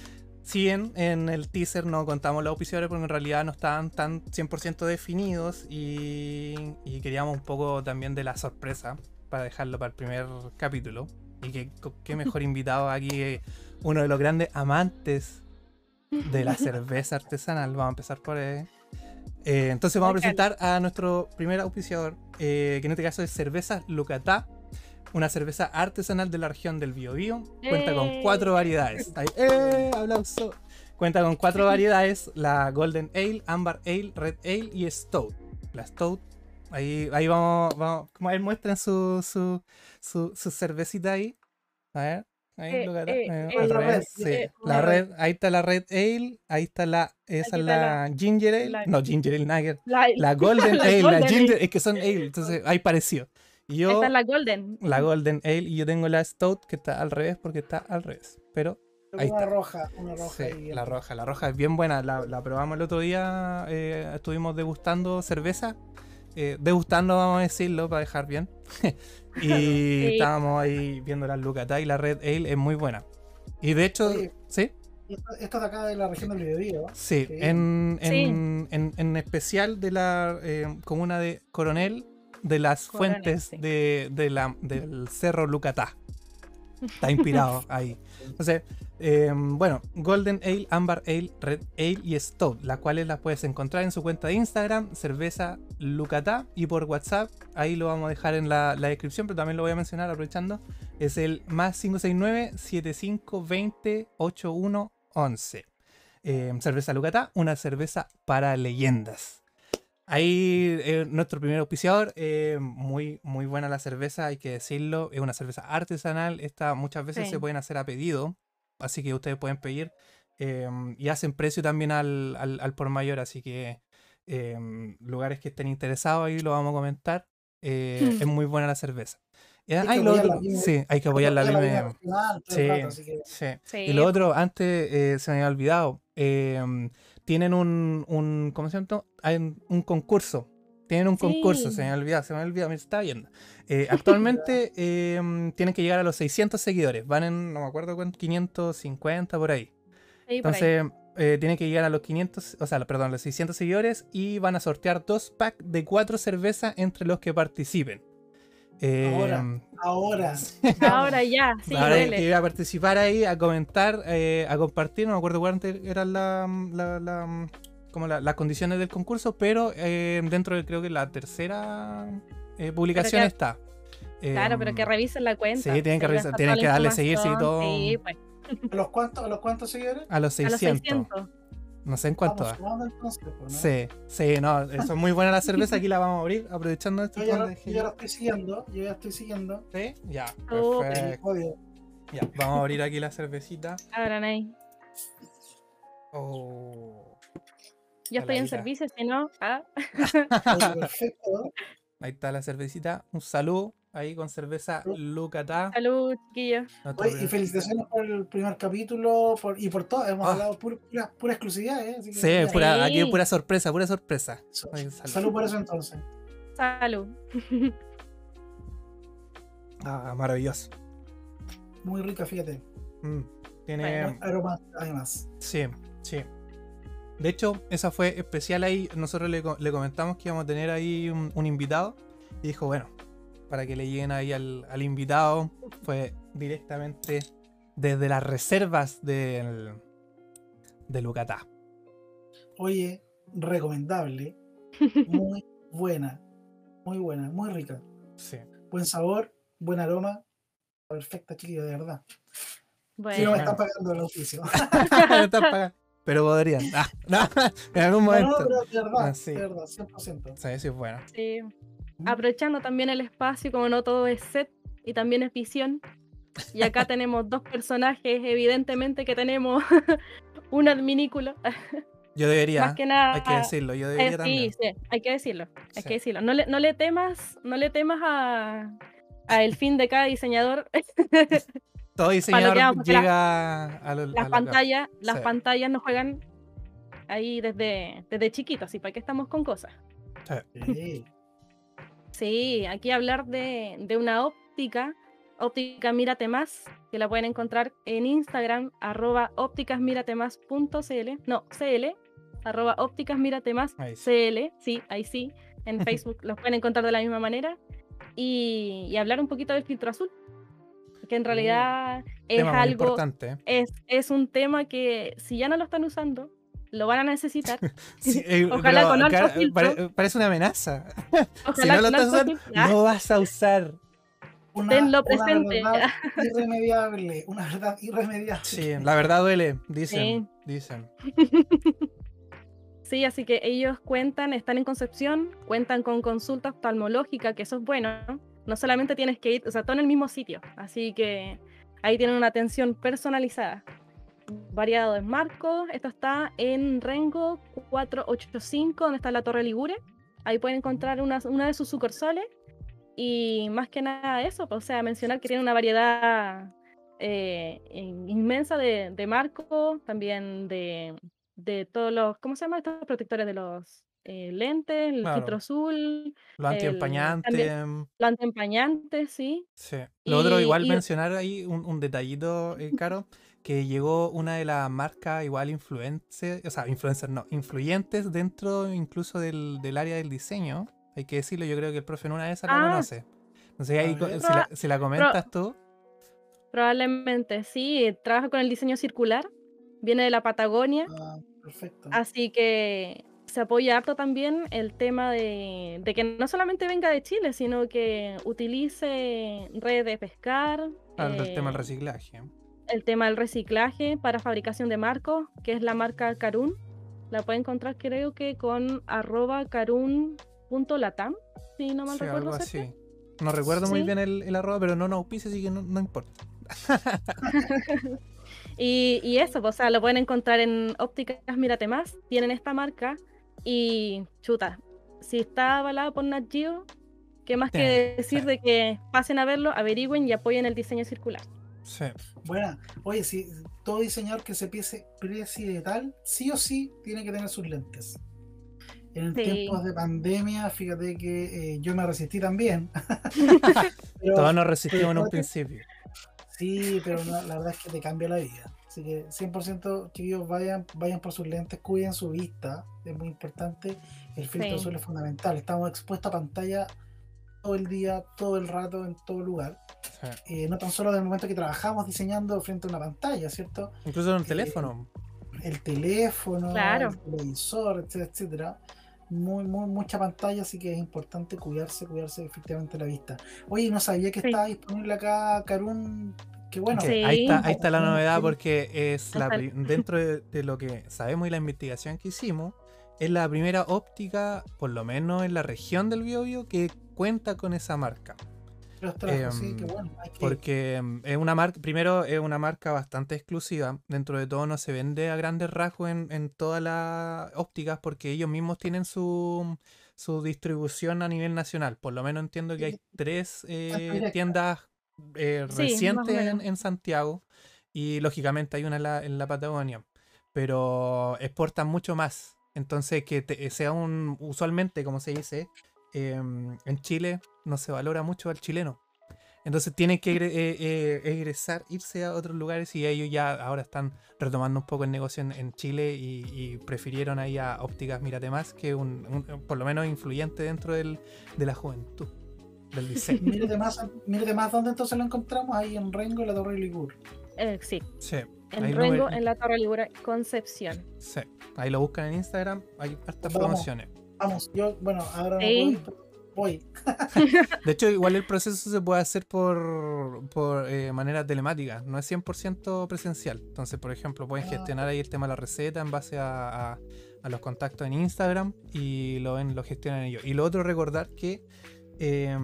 si en, en el teaser no contamos los auspiciadores porque en realidad no estaban tan cien por ciento definidos y, y queríamos un poco también de la sorpresa para dejarlo para el primer capítulo. Y que qué mejor invitado aquí que uno de los grandes amantes de la cerveza artesanal. Vamos a empezar por... Eh, eh, entonces vamos a presentar a nuestro primer auspiciador, eh, que en este caso es Cerveza Lucatá. Una cerveza artesanal de la región del Biobío. Cuenta con cuatro variedades. Ahí, ¡eh! ¡Aplauso! Cuenta con cuatro variedades: la Golden Ale, Amber Ale, Red Ale y Stout. La Stout, ahí, ahí vamos, vamos. Como a ver, muestren su, su, su, su cervecita ahí. A ver, ahí, Eh, Lucatá. eh, Eh, eh, al la revés, red, sí. eh, La la red, ahí está la Red Ale, ahí está la, esa Aquí es está la Ginger Ale, la- no, Ginger Ale, Nugget. La, La Golden la Ale, la Golden Ginger, Ale. es que son Ale, entonces hay parecido. Y Ahí yo, está la Golden. la Golden Ale, y yo tengo la Stout que está al revés porque está al revés. Pero ahí Una está. roja, una roja. Sí, ahí, la roja, la roja es bien buena. La, la probamos el otro día, eh, estuvimos degustando cerveza. Eh, degustando, vamos a decirlo, para dejar bien. Y Sí. estábamos ahí viendo la Lucatá y la Red Ale es muy buena. Y de hecho, Oye, ¿sí? Esto, esto es de acá de la región del Biobío. Sí, Sí. en, Sí. en, en, en especial de la eh, comuna de Coronel, de las Coronel, fuentes sí. de, de la, del Cerro Lucatá. Está inspirado ahí. Entonces, eh, bueno, Golden Ale, Amber Ale, Red Ale y Stout, las cuales las puedes encontrar en su cuenta de Instagram, Cerveza Lucatá, y por WhatsApp, ahí lo vamos a dejar en la, la descripción, pero también lo voy a mencionar aprovechando, es el más cinco seis nueve, siete cinco dos cero, ocho uno once. Eh, cerveza Lucatá, una cerveza para leyendas. Ahí eh, nuestro primer auspiciador, eh, muy, muy buena la cerveza, hay que decirlo, es una cerveza artesanal, esta muchas veces Sí. se pueden hacer a pedido, así que ustedes pueden pedir eh, y hacen precio también al, al, al por mayor, así que eh, lugares que estén interesados ahí lo vamos a comentar, eh, es muy buena la cerveza. Eh, Hay ay, que lo apoyar otro- la pyme. sí, hay que apoyar la Hay que apoyar pyme. la regional todo el Sí, rato, así que sí. Sí, Y lo po. otro, antes eh, se me había olvidado, eh, tienen un, un, ¿cómo se llama? Hay un, un concurso. Tienen un concurso, Sí. se me había olvidado, se me había olvidado, me está viendo. Eh, actualmente eh, tienen que llegar a los seiscientos seguidores. Van en, no me acuerdo cuánto, quinientos cincuenta por ahí. Sí, por ahí. Entonces, eh, tienen que llegar a los quinientos, o sea, perdón, los seiscientos seguidores y van a sortear dos packs de cuatro cervezas entre los que participen. Eh, ahora, ahora. Ahora ya, sí, Ahora hay duele. que ir a participar ahí, a comentar, eh, a compartir. No me acuerdo cuántas eran la, la- la- como la- las condiciones del concurso, pero eh, dentro de creo que la tercera eh, publicación que- está. Claro, Em, pero que revisen la cuenta. sí, tienen que ahí va a revisar, estar tienen toda que la darle seguir, sí, información. todo. Sí, pues. ¿A los cuántos, a los cuántos seguidores? A los A los seiscientos. seiscientos. No sé en cuánto Vamos va. sumando entonces, pues, ¿no? Sí, sí, no, eso es muy buena la cerveza. Aquí la vamos a abrir, aprovechando esto. Yo ya, lo, donde dejé yo ya yo. lo estoy siguiendo, yo ya estoy siguiendo. Sí, ya, Oh, perfecto. Obvio. Ya, vamos a abrir aquí la cervecita. Abran ahí. Oh. Yo estoy en Saladita. servicio, si no. Ah. Oye, perfecto. Ahí está la cervecita. Un saludo ahí con cerveza Lucatá. Salud, chiquillos. Nuestro Oye, y primer- felicitaciones por el primer capítulo por, y por todo. Hemos Ah. hablado pura, pura, pura exclusividad, ¿eh? Así que Sí, bien. pura, aquí Sí. pura sorpresa, pura sorpresa. Salud. Oye, salud. Salud por eso entonces. Salud. Ah, maravilloso. Muy rica, fíjate. Mm, Tiene. Bueno. Aromas, además. Sí, sí. De hecho, esa fue especial ahí. Nosotros le, co- le comentamos que íbamos a tener ahí un, un invitado. Y dijo, bueno, para que le lleguen ahí al, al invitado, fue directamente desde las reservas del, de Lucatá. Oye, recomendable. Muy buena. Muy buena, muy rica. Sí. Buen sabor, buen aroma. Perfecta, chiquillo, de verdad. Si no Bueno. me están pagando el auspicio. No están pagando, pero podrían. Ah, no, en algún No, no, momento. pero de verdad, Ah, sí. de verdad, cien por ciento. Sí, sí, es bueno. Sí. Aprovechando también el espacio, como no todo es set y también es visión. Y acá tenemos dos personajes, evidentemente que tenemos un adminículo. Yo debería, Más que nada. hay que decirlo, yo Eh, debería sí, también. sí, hay que decirlo. Hay Sí. que decirlo. No le, no le temas, no le temas a, a el fin de cada diseñador. Todo diseñador que vamos, porque llega a, lo- a Las la- pantallas, las Sí. pantallas nos juegan ahí desde, desde chiquitos, ¿y para qué estamos con cosas? Sí. Sí, aquí hablar de, de una óptica Óptica Mírate Más, que la pueden encontrar en Instagram, arroba ópticasmiratemas.cl, no, cl, arroba ópticasmiratemas, Ahí sí. cl, sí, ahí sí, en Facebook los pueden encontrar de la misma manera, y, y hablar un poquito del filtro azul, que en realidad es Tema muy algo, importante, ¿eh? es, es un tema que si ya no lo están usando, lo van a necesitar. Sí, eh, Ojalá pero con alto cara- filtro. pare- parece una amenaza. Si Ojalá no lo con estás alto usando, filtro. Ah, lo vas a usar. Una, tenlo una presente. verdad irremediable, una verdad irremediable. Sí, la verdad duele, dicen, Sí. dicen. Sí, así que ellos cuentan, están en Concepción, cuentan con consulta oftalmológica, que eso es bueno, ¿no? No solamente tienes que ir, o sea, todo en el mismo sitio, así que ahí tienen una atención personalizada. Variado en Marcos, esto está en Rengo cuatrocientos ochenta y cinco, donde está la Torre Ligure. Ahí pueden encontrar una, una de sus sucursales y más que nada eso, o sea, mencionar que tiene una variedad eh, inmensa de, de marcos, también de, de todos los, ¿cómo se llama? Estos protectores de los eh, lentes, el filtro Claro. azul, Lo el también antiempañante. lo antiempañante, sí. Sí. Lo otro, Y, igual y mencionar ahí un, un detallito, eh, Caro, que llegó una de las marcas igual influencer, o sea, influencers no, influyentes dentro incluso del, del área del diseño. Hay que decirlo, yo creo que el profe en una de esas la ah, conoce. No sé, ahí A co- ver. si la, si la pro- comentas tú. probablemente sí, trabaja con el diseño circular, viene de la Patagonia. Ah, perfecto. Así que se apoya harto también el tema de, de que no solamente venga de Chile, sino que utilice redes de pescar, Al del tema del eh, reciclaje. el tema del reciclaje para fabricación de marcos, que es la marca Carun. La puede encontrar creo que con arroba carun.latam, si no mal Sí, recuerdo. algo ¿cierto? así. No recuerdo muy Sí. bien el, el arroba, pero no nos auspicia, así que no, no importa. Y, y eso, pues, o sea, lo pueden encontrar en Ópticas Mírate Más, tienen esta marca y chuta, si está avalado por Nat Geo, ¿qué más Tiene que que- decir sí. de que pasen a verlo, averigüen y apoyen el diseño circular? Sí. Bueno, oye, si todo diseñador que se piense precie de tal, sí o sí tiene que tener sus lentes. En Sí. tiempos de pandemia, fíjate que eh, yo me resistí también. Pero- Todos nos resistimos en pero- un principio. Sí, pero no, la verdad es que te cambia la vida. Así que cien por ciento que ellos vayan, vayan por sus lentes, cuiden su vista, es muy importante. El filtro Sí. azul es fundamental. Estamos expuestos a pantalla todo el día, todo el rato, en todo lugar. Sí. Eh, no tan solo del momento que trabajamos diseñando frente a una pantalla, ¿cierto? Incluso en el Eh, teléfono. El teléfono, Claro. el televisor, etcétera, etcétera. Muy, muy, mucha pantalla, así que es importante cuidarse, cuidarse efectivamente la vista. Oye, no sabía que Sí. estaba disponible acá Carun. Qué bueno. Que Sí. ahí está, ahí está la novedad, porque es la, Hasta- pri- dentro de, de lo que sabemos y la investigación que hicimos, es la primera óptica, por lo menos en la región del Biobío, que cuenta con esa marca. Los trajo, Em, sí, qué bueno. Hay que- Porque em, es una marca, primero es una marca bastante exclusiva, dentro de todo no se vende a grandes rasgos en, en todas las ópticas, porque ellos mismos tienen su, su distribución a nivel nacional. Por lo menos entiendo que hay tres eh, directa. tiendas eh, Sí, más o recientes en, menos. en Santiago, y lógicamente hay una en la, en la Patagonia, pero exportan mucho más. Entonces que te- sea un, usualmente, como se dice, em, en Chile no se valora mucho al chileno. Entonces tienen que egre- eh, eh, egresar, irse a otros lugares, y ellos ya ahora están retomando un poco el negocio en, en Chile, y, y prefirieron ahí a Ópticas Mírate Más, que un, un- por lo menos influyente dentro del, de la juventud, del diseño. Mírate más, mírate más dónde entonces lo encontramos, ahí en Rengo, en la Torre Ligur. Eh, sí, Sí, en ahí, lo, Rengo, ve- en la Torre Ligure, Concepción. sí, ahí lo buscan en Instagram, hay hartas Vamos. promociones. Vamos, yo, bueno, ahora no Sí. puedo ir, pero voy. De hecho, igual el proceso se puede hacer por, por eh, manera telemática, no es cien por ciento presencial. Entonces, por ejemplo, pueden Ah. gestionar ahí el tema de la receta en base a, a- a los contactos en Instagram, y lo, ven- lo gestionan ellos. Y lo otro, recordar que eh,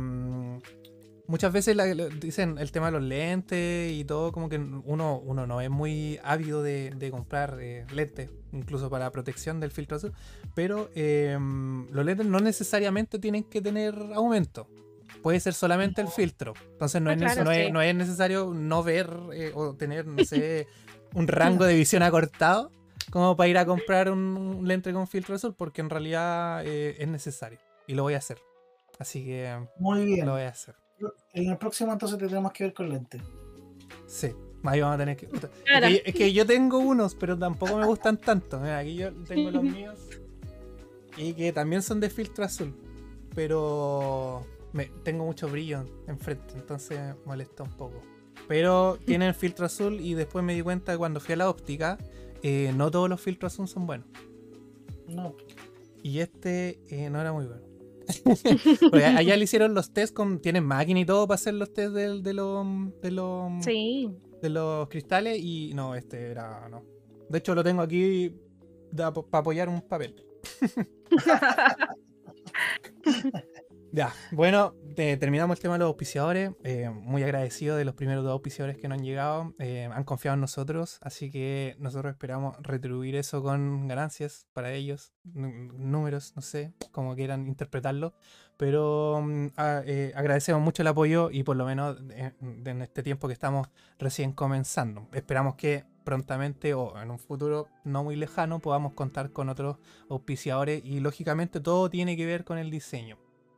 muchas veces la- lo- dicen el tema de los lentes y todo, como que uno, uno no es muy ávido de, de comprar eh, lentes, incluso para protección del filtro azul, pero eh, los lentes no necesariamente tienen que tener aumento. Puede ser solamente el filtro. Entonces no, Ah, es, neces- claro, no, es, sí. no es necesario no ver eh, o tener, no sé, un rango de visión acortado como para ir a comprar un, un lente con filtro azul, porque en realidad eh, es necesario. Y lo voy a hacer. Así que Muy bien. lo voy a hacer. en el próximo entonces tendremos que ver con lentes. Sí, ahí vamos a tener que... Claro. Es que, es que yo tengo unos, pero tampoco me gustan tanto. Mira, aquí yo tengo los míos. Y que también son de filtro azul. Pero me, tengo mucho brillo enfrente, entonces me molesta un poco. Pero tienen filtro azul y después me di cuenta que cuando fui a la óptica, eh, no todos los filtros azul son buenos. No. Y este eh, no era muy bueno. Porque allá le hicieron los test con. Tienen máquina y todo para hacer los test de, de los. De los. Sí. De los cristales. Y no, este era. No. De hecho, lo tengo aquí para apoyar un papel. Ya, bueno, eh, terminamos el tema de los auspiciadores. Eh, muy agradecido de los primeros dos auspiciadores que nos han llegado. Eh, han confiado en nosotros, así que nosotros esperamos retribuir eso con ganancias para ellos. N- números, no sé, como quieran interpretarlo. Pero mm, a- eh, agradecemos mucho el apoyo y por lo menos eh, en este tiempo que estamos recién comenzando. Esperamos que prontamente o en un futuro no muy lejano podamos contar con otros auspiciadores y lógicamente todo tiene que ver con el diseño.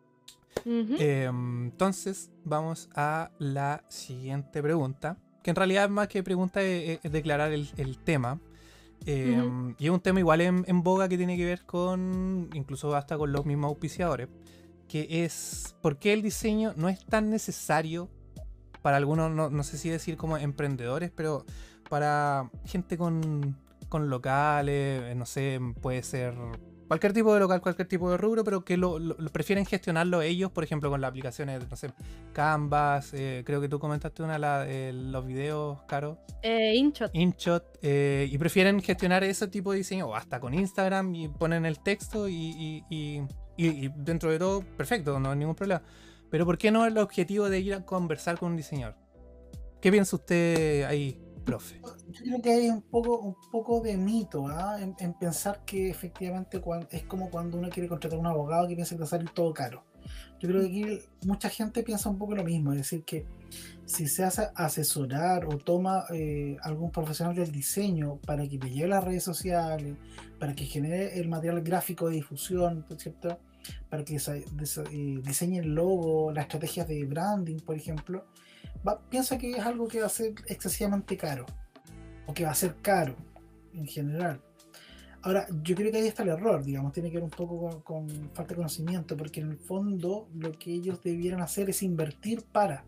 Ujú. Eh, entonces vamos a la siguiente pregunta, que en realidad más que pregunta es, es declarar el, el tema. Eh, Ujú. Y es un tema igual en, en boga que tiene que ver con, incluso hasta con los mismos auspiciadores, que es por qué el diseño no es tan necesario para algunos, no, no sé si decir como emprendedores, pero para gente con, con locales, eh, no sé, puede ser cualquier tipo de local, cualquier tipo de rubro, pero que lo, lo- lo prefieren gestionarlo ellos, por ejemplo, con las aplicaciones, no sé, Canvas, eh, creo que tú comentaste una, la, de los videos, Caro, Eh, InShot. InShot, eh, y prefieren gestionar ese tipo de diseño, o hasta con Instagram, y ponen el texto y, y, y- y- y dentro de todo, perfecto, no hay ningún problema. Pero ¿por qué no el objetivo de ir a conversar con un diseñador? ¿Qué piensa usted ahí, profe? Yo creo que hay un poco, un poco de mito, ¿ah? en, en pensar que efectivamente cuan- es como cuando uno quiere contratar a un abogado que piensa que va a salir todo caro. Yo creo que aquí mucha gente piensa un poco lo mismo, es decir, que si se hace asesorar o toma eh, algún profesional del diseño para que te lleve las redes sociales, para que genere el material gráfico de difusión, ¿por cierto? Para que sa- desa- eh, diseñe el logo, las estrategias de branding, por ejemplo, va- piensa que es algo que va a ser excesivamente caro o que va a ser caro en general. Ahora, yo creo que ahí está el error, digamos, tiene que ver un poco con, con falta de conocimiento, porque en el fondo lo que ellos debieran hacer es invertir para.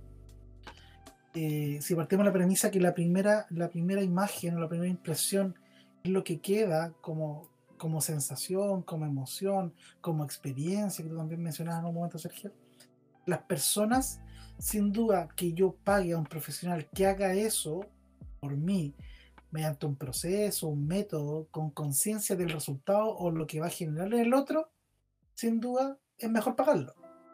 Eh, si partimos de la premisa que la primera, la primera imagen o la primera impresión es lo que queda como, como sensación, como emoción, como experiencia, que tú también mencionabas en un momento, Sergio, las personas, sin duda que yo pague a un profesional que haga eso por mí, mediante un proceso, un método, con conciencia del resultado o lo que va a generar en el otro, sin duda es mejor pagarlo,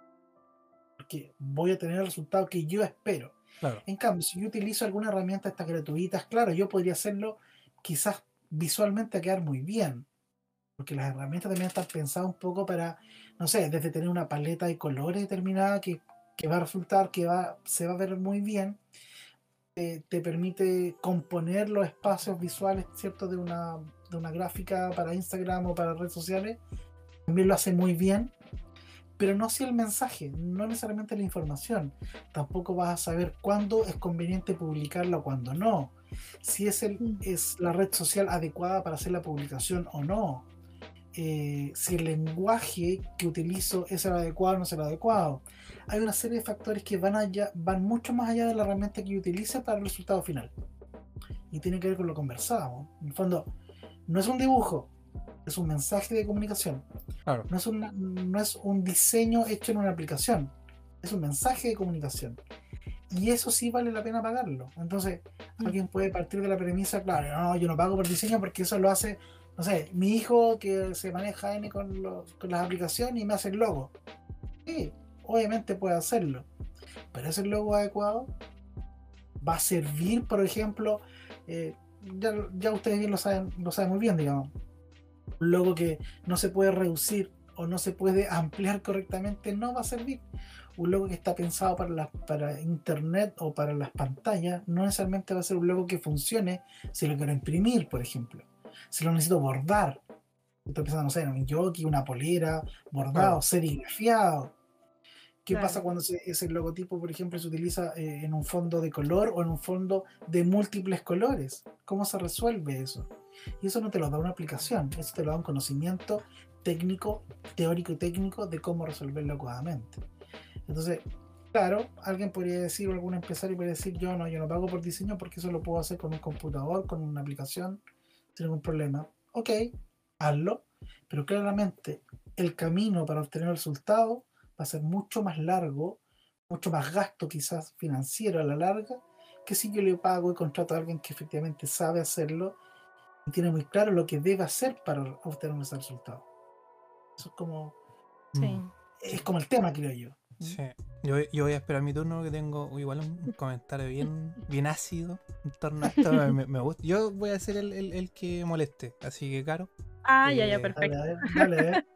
porque voy a tener el resultado que yo espero. Claro. En cambio, si yo utilizo alguna herramienta estas gratuitas, claro, yo podría hacerlo quizás visualmente a quedar muy bien, porque las herramientas también están pensadas un poco para, no sé, desde tener una paleta de colores determinada que, que va a resultar, que va, se va a ver muy bien, te, te permite componer los espacios visuales, ¿cierto? De una, de una gráfica para Instagram o para redes sociales, también lo hace muy bien, pero no si el mensaje, no necesariamente la información. Tampoco vas a saber cuándo es conveniente publicarla o cuándo no. Si es, el, Mm. es la red social adecuada para hacer la publicación o no. Eh, si el lenguaje que utilizo es el adecuado o no es el adecuado. Hay una serie de factores que van, allá, van mucho más allá de la herramienta que yo utilice para el resultado final. Y tiene que ver con lo conversado. En el fondo, no es un dibujo, es un mensaje de comunicación. Claro. No es, una, no es un diseño hecho en una aplicación, es un mensaje de comunicación. Y eso sí vale la pena pagarlo. Entonces, Mm. alguien puede partir de la premisa, claro, no, yo no pago por diseño porque eso lo hace, no sé, mi hijo que se maneja N con, los, con las aplicaciones y me hace el logo. Sí, obviamente puede hacerlo, pero ese logo adecuado va a servir, por ejemplo, eh, ya, ya ustedes bien lo saben, lo saben muy bien, digamos, un logo que no se puede reducir o no se puede ampliar correctamente no va a servir. Un logo que está pensado para, la, para internet o para las pantallas no necesariamente va a ser un logo que funcione si lo quiero imprimir, por ejemplo. Si lo necesito bordar. Estoy pensando, no sé, en un jockey, una polera, bordado, Claro. serigrafiado. ¿Qué pasa Claro. cuando ese, ese logotipo, por ejemplo, se utiliza eh, en un fondo de color o en un fondo de múltiples colores? ¿Cómo se resuelve eso? Y eso no te lo da una aplicación, eso te lo da un conocimiento técnico, teórico y técnico de cómo resolverlo adecuadamente. Entonces, claro, alguien podría decir, o algún empresario podría decir, yo no, yo no pago por diseño porque eso lo puedo hacer con un computador, con una aplicación, sin ningún problema. Ok, hazlo, pero claramente el camino para obtener el resultado va a ser mucho más largo, mucho más gasto quizás financiero a la larga, que si yo le pago y contrato a alguien que efectivamente sabe hacerlo y tiene muy claro lo que debe hacer para obtener ese resultado. Eso es como, Sí. Mm, es como el tema, creo yo. sí. Yo, voy- yo voy a esperar mi turno porque tengo igual un, un comentario bien, bien ácido en torno a esto. Me, me- me gusta. Yo voy a ser el, el- el que moleste. Así que, Caro. Ah, ya, ya, eh, Dale, perfecto. a ver, dale, a ver.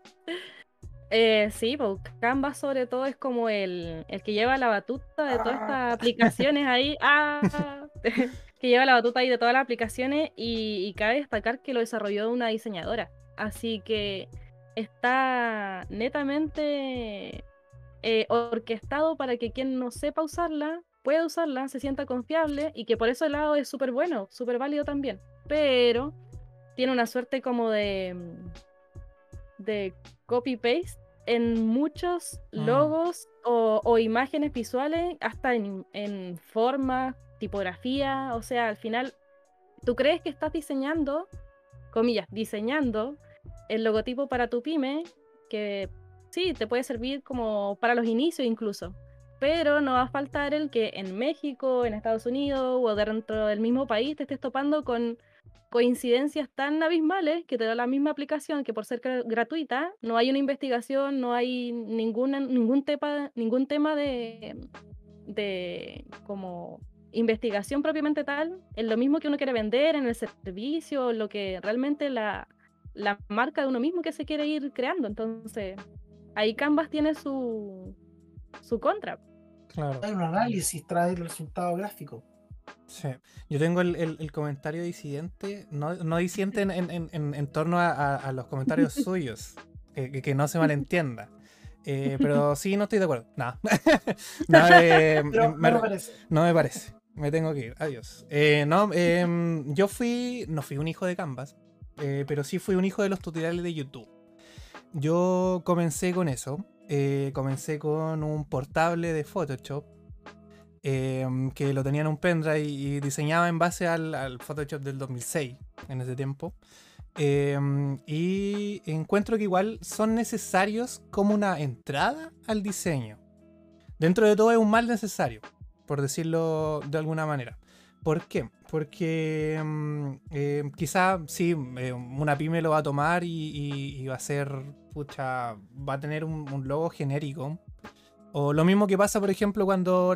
Eh, sí, pues Canva sobre todo es como el, el que lleva la batuta de todas Ah, estas aplicaciones ahí. Ah, que lleva la batuta ahí de todas las aplicaciones y, y cabe destacar que lo desarrolló una diseñadora. Así que está netamente eh, orquestado para que quien no sepa usarla pueda usarla, se sienta confiable y que por ese lado es súper bueno, súper válido también. Pero tiene una suerte como de, de copy-paste en muchos mm, logos o, o imágenes visuales, hasta en, en forma, tipografía. O sea, al final, tú crees que estás diseñando, comillas, diseñando el logotipo para tu pyme, que sí, te puede servir como para los inicios incluso. Pero no va a faltar el que en México, en Estados Unidos o dentro del mismo país te estés topando con coincidencias tan abismales que te da la misma aplicación que por ser gra- gratuita, no hay una investigación, no hay ninguna, ningún, tepa- ningún tema de, de como investigación propiamente tal, en lo mismo que uno quiere vender, en el servicio, lo que realmente la, la marca de uno mismo que se quiere ir creando. Entonces, ahí Canvas tiene su, su contra. claro. Hay un análisis, trae el resultado gráfico. Sí. Yo tengo el, el- el comentario disidente. No, no disidente en, en- en- en- en torno a, a- a los comentarios suyos. Que, que- que no se malentienda. Eh, pero sí, no estoy de acuerdo. No. No, eh, Pero me no me re- parece. no me parece. Me tengo que ir. Adiós. Eh, no, em, yo fui. No fui un hijo de Canvas. Eh, pero sí fui un hijo de los tutoriales de YouTube. Yo comencé con eso. Eh, comencé con un portable de Photoshop. em, que lo tenía en un pendrive y diseñaba en base al, al Photoshop del dos mil seis en ese tiempo. Em, y encuentro que igual son necesarios como una entrada al diseño. Dentro de todo es un mal necesario, por decirlo de alguna manera. ¿Por qué? Porque mm, eh, quizá sí, eh, una pyme lo va a tomar y, y- y va a ser, pucha, va a tener un, un logo genérico. O lo mismo que pasa, por ejemplo, cuando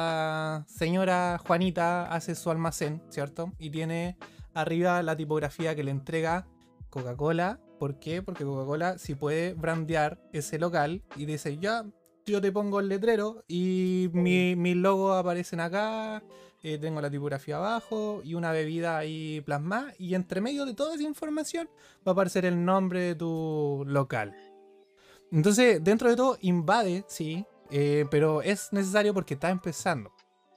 la señora Juanita hace su almacén, ¿cierto? Y tiene arriba la tipografía que le entrega Coca-Cola. ¿Por qué? Porque Coca-Cola sí puede brandear ese local y dice, ya, yo te pongo el letrero y mi- mis logos aparecen acá, eh, tengo la tipografía abajo y una bebida ahí plasmada y entre medio de toda esa información va a aparecer el nombre de tu local. Entonces, dentro de todo, invade, sí, eh, pero es necesario porque está empezando.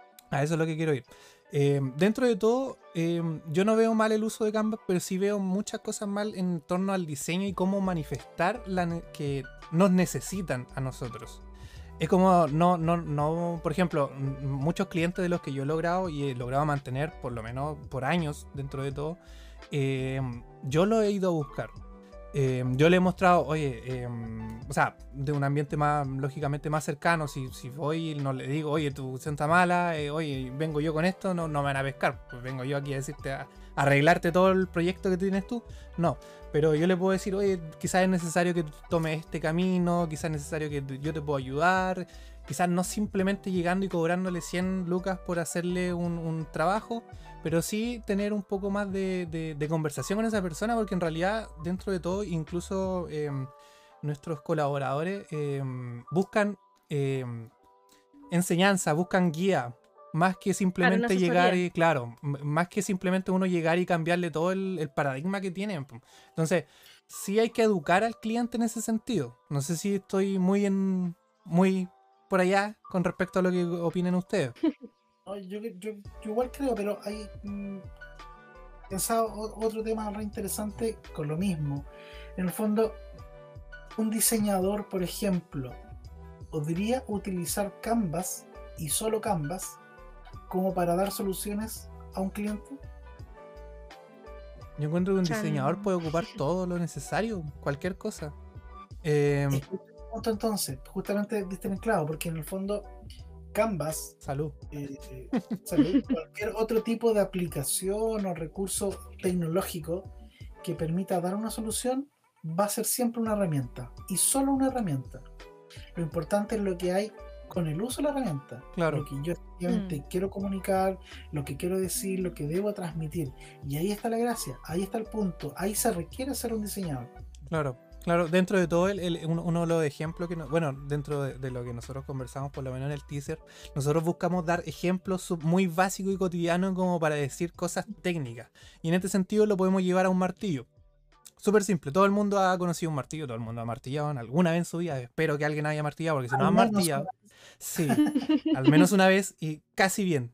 A eso es lo que quiero ir. Eh, dentro de todo, eh, yo no veo mal el uso de Canvas, pero sí veo muchas cosas mal en torno al diseño y cómo manifestar la ne- que nos necesitan a nosotros. Es como, no, no, no, por ejemplo, m- muchos clientes de los que yo he logrado y he logrado mantener, por lo menos por años dentro de todo, eh, yo lo he ido a buscar. Eh, yo le he mostrado, oye, eh, o sea, de un ambiente más, lógicamente más cercano, si, si voy y no le digo, oye, tu cuestión está mala, eh, oye, vengo yo con esto, no, no me van a pescar, pues vengo yo aquí a decirte, a, a arreglarte todo el proyecto que tienes tú, no, pero yo le puedo decir, oye, quizás es necesario que tú tomes este camino, quizás es necesario que yo te pueda ayudar, quizás no simplemente llegando y cobrándole cien lucas por hacerle un, un trabajo, pero sí tener un poco más de, de- de conversación con esa persona, porque en realidad, dentro de todo, incluso eh, nuestros colaboradores eh, buscan eh, enseñanza, buscan guía, más que Claro, una simplemente llegar asesoría. y, claro, m- más que simplemente uno llegar y cambiarle todo el, el paradigma que tienen. Po. Entonces, sí hay que educar al cliente en ese sentido. No sé si estoy muy en, muy por allá con respecto a lo que opinen ustedes. No, yo, yo, yo igual creo, pero hay mm, pensado o- otro tema re interesante con lo mismo. En el fondo, un diseñador, por ejemplo, podría utilizar Canvas y solo Canvas como para dar soluciones a un cliente. Yo encuentro que un Chan. diseñador puede ocupar todo lo necesario, cualquier cosa. Eh, Es que este punto, entonces, justamente diste en el clavo, porque en el fondo Canvas, salud. eh, eh, salud, cualquier otro tipo de aplicación o recurso tecnológico que permita dar una solución va a ser siempre una herramienta y solo una herramienta. Lo importante es lo que hay con el uso de la herramienta, Claro. lo que yo efectivamente Mm. quiero comunicar, lo que quiero decir, lo que debo transmitir. Y ahí está la gracia, ahí está el punto, ahí se requiere ser un diseñador. Claro, claro, dentro de todo, el, el- uno, uno de los ejemplos que, no- bueno, dentro de, de lo que nosotros conversamos, por lo menos en el teaser, nosotros buscamos dar ejemplos sub- muy básicos y cotidianos como para decir cosas técnicas. Y en este sentido lo podemos llevar a un martillo. Súper simple, todo el mundo ha conocido un martillo, todo el mundo ha martillado en alguna vez en su vida. Espero que alguien haya martillado, porque si no Al han menos martillado, sí, al menos una vez y casi bien.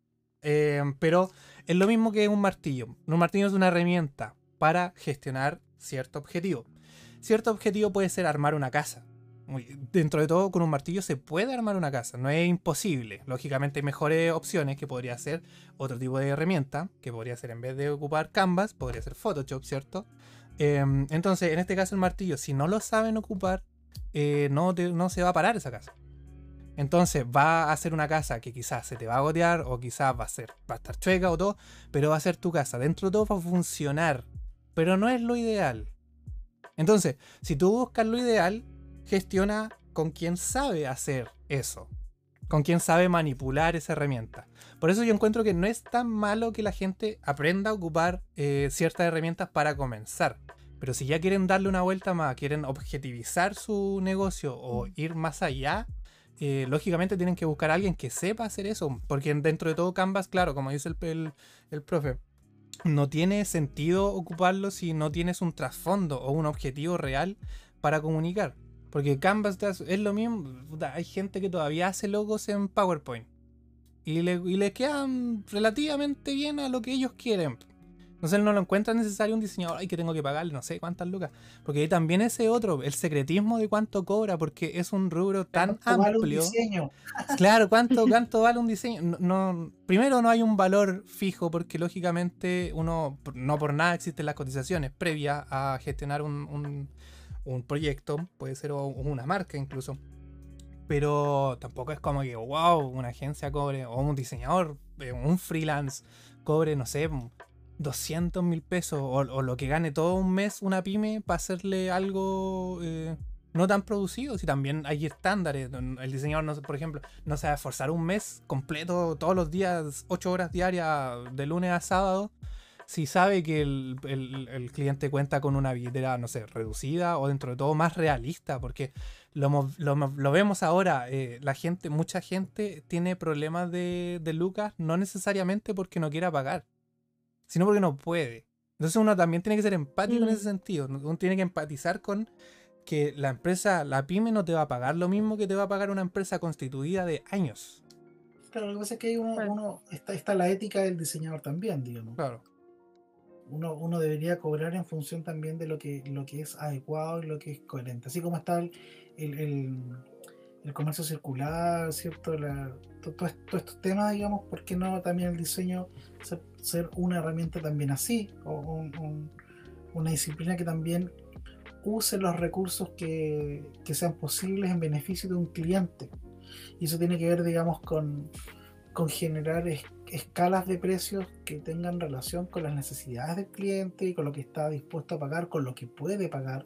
Eh, pero es lo mismo que un martillo. Un martillo es una herramienta para gestionar cierto objetivo. Cierto objetivo puede ser armar una casa. Muy- Dentro de todo, con un martillo se puede armar una casa, no es imposible. Lógicamente hay mejores opciones que podría ser otro tipo de herramienta, que podría ser en vez de ocupar Canvas, podría ser Photoshop, ¿cierto? Eh, entonces, en este caso el martillo, si no lo saben ocupar, eh, no, te- no se va a parar esa casa. Entonces va a ser una casa que quizás se te va a gotear o quizás va a ser, va a estar chueca o todo, pero va a ser tu casa. Dentro de todo va a funcionar, pero no es lo ideal. Entonces, si tú buscas lo ideal, gestiona con quien sabe hacer eso, con quien sabe manipular esa herramienta. Por eso yo encuentro que no es tan malo que la gente aprenda a ocupar eh, ciertas herramientas para comenzar. Pero si ya quieren darle una vuelta más, quieren objetivizar su negocio o ir más allá, eh, lógicamente tienen que buscar a alguien que sepa hacer eso. Porque dentro de todo Canvas, claro, como dice el, el, el profe, no tiene sentido ocuparlo si no tienes un trasfondo o un objetivo real para comunicar. Porque Canvas te hace- es lo mismo. Puta, hay gente que todavía hace logos en PowerPoint. Y le, y le quedan relativamente bien a lo que ellos quieren. Entonces no lo encuentra necesario un diseñador, ay, que tengo que pagarle no sé cuántas lucas. Porque ahí también ese otro, el secretismo de cuánto cobra, porque es un rubro tan ¿Cuánto vale un amplio. diseño? Claro, ¿cuánto, cuánto vale un diseño? No, no- primero no hay un valor fijo porque lógicamente uno, no por nada existen las cotizaciones previas a gestionar un, un- un proyecto, puede ser o una marca incluso. Pero tampoco es como que, wow, una agencia cobre, o un diseñador, eh, un freelance cobre, no sé, doscientos mil pesos, o, o lo que gane todo un mes una pyme para hacerle algo eh, no tan producido. Si también hay estándares, el diseñador, no, por ejemplo, no se va a esforzar un mes completo, todos los días, ocho horas diarias, de lunes a sábado, si sabe que el, el- el cliente cuenta con una billetera, no sé, reducida o dentro de todo más realista, porque lo, mo- lo mo- lo vemos ahora, eh, la gente, mucha gente tiene problemas de, de lucas, no necesariamente porque no quiera pagar, sino porque no puede. Entonces uno también tiene que ser empático en ese Mm. sentido, ¿no? Uno tiene que empatizar con que la empresa, la pyme no te va a pagar lo mismo que te va a pagar una empresa constituida de años. Claro, lo que pasa es que hay uno, Bueno, uno está, está la ética del diseñador también, digamos. Claro, Uno, uno debería cobrar en función también de lo que, lo que es adecuado y lo que es coherente. Así como está el, el, el- el comercio circular, ¿cierto? La, to- to- todos estos temas, digamos, ¿por qué no también el diseño ser, ser una herramienta también así? O un- un- una disciplina que también use los recursos que, que sean posibles en beneficio de un cliente. Y eso tiene que ver, digamos, con, con generar es- escalas de precios que tengan relación con las necesidades del cliente, con lo que está dispuesto a pagar, con lo que puede pagar,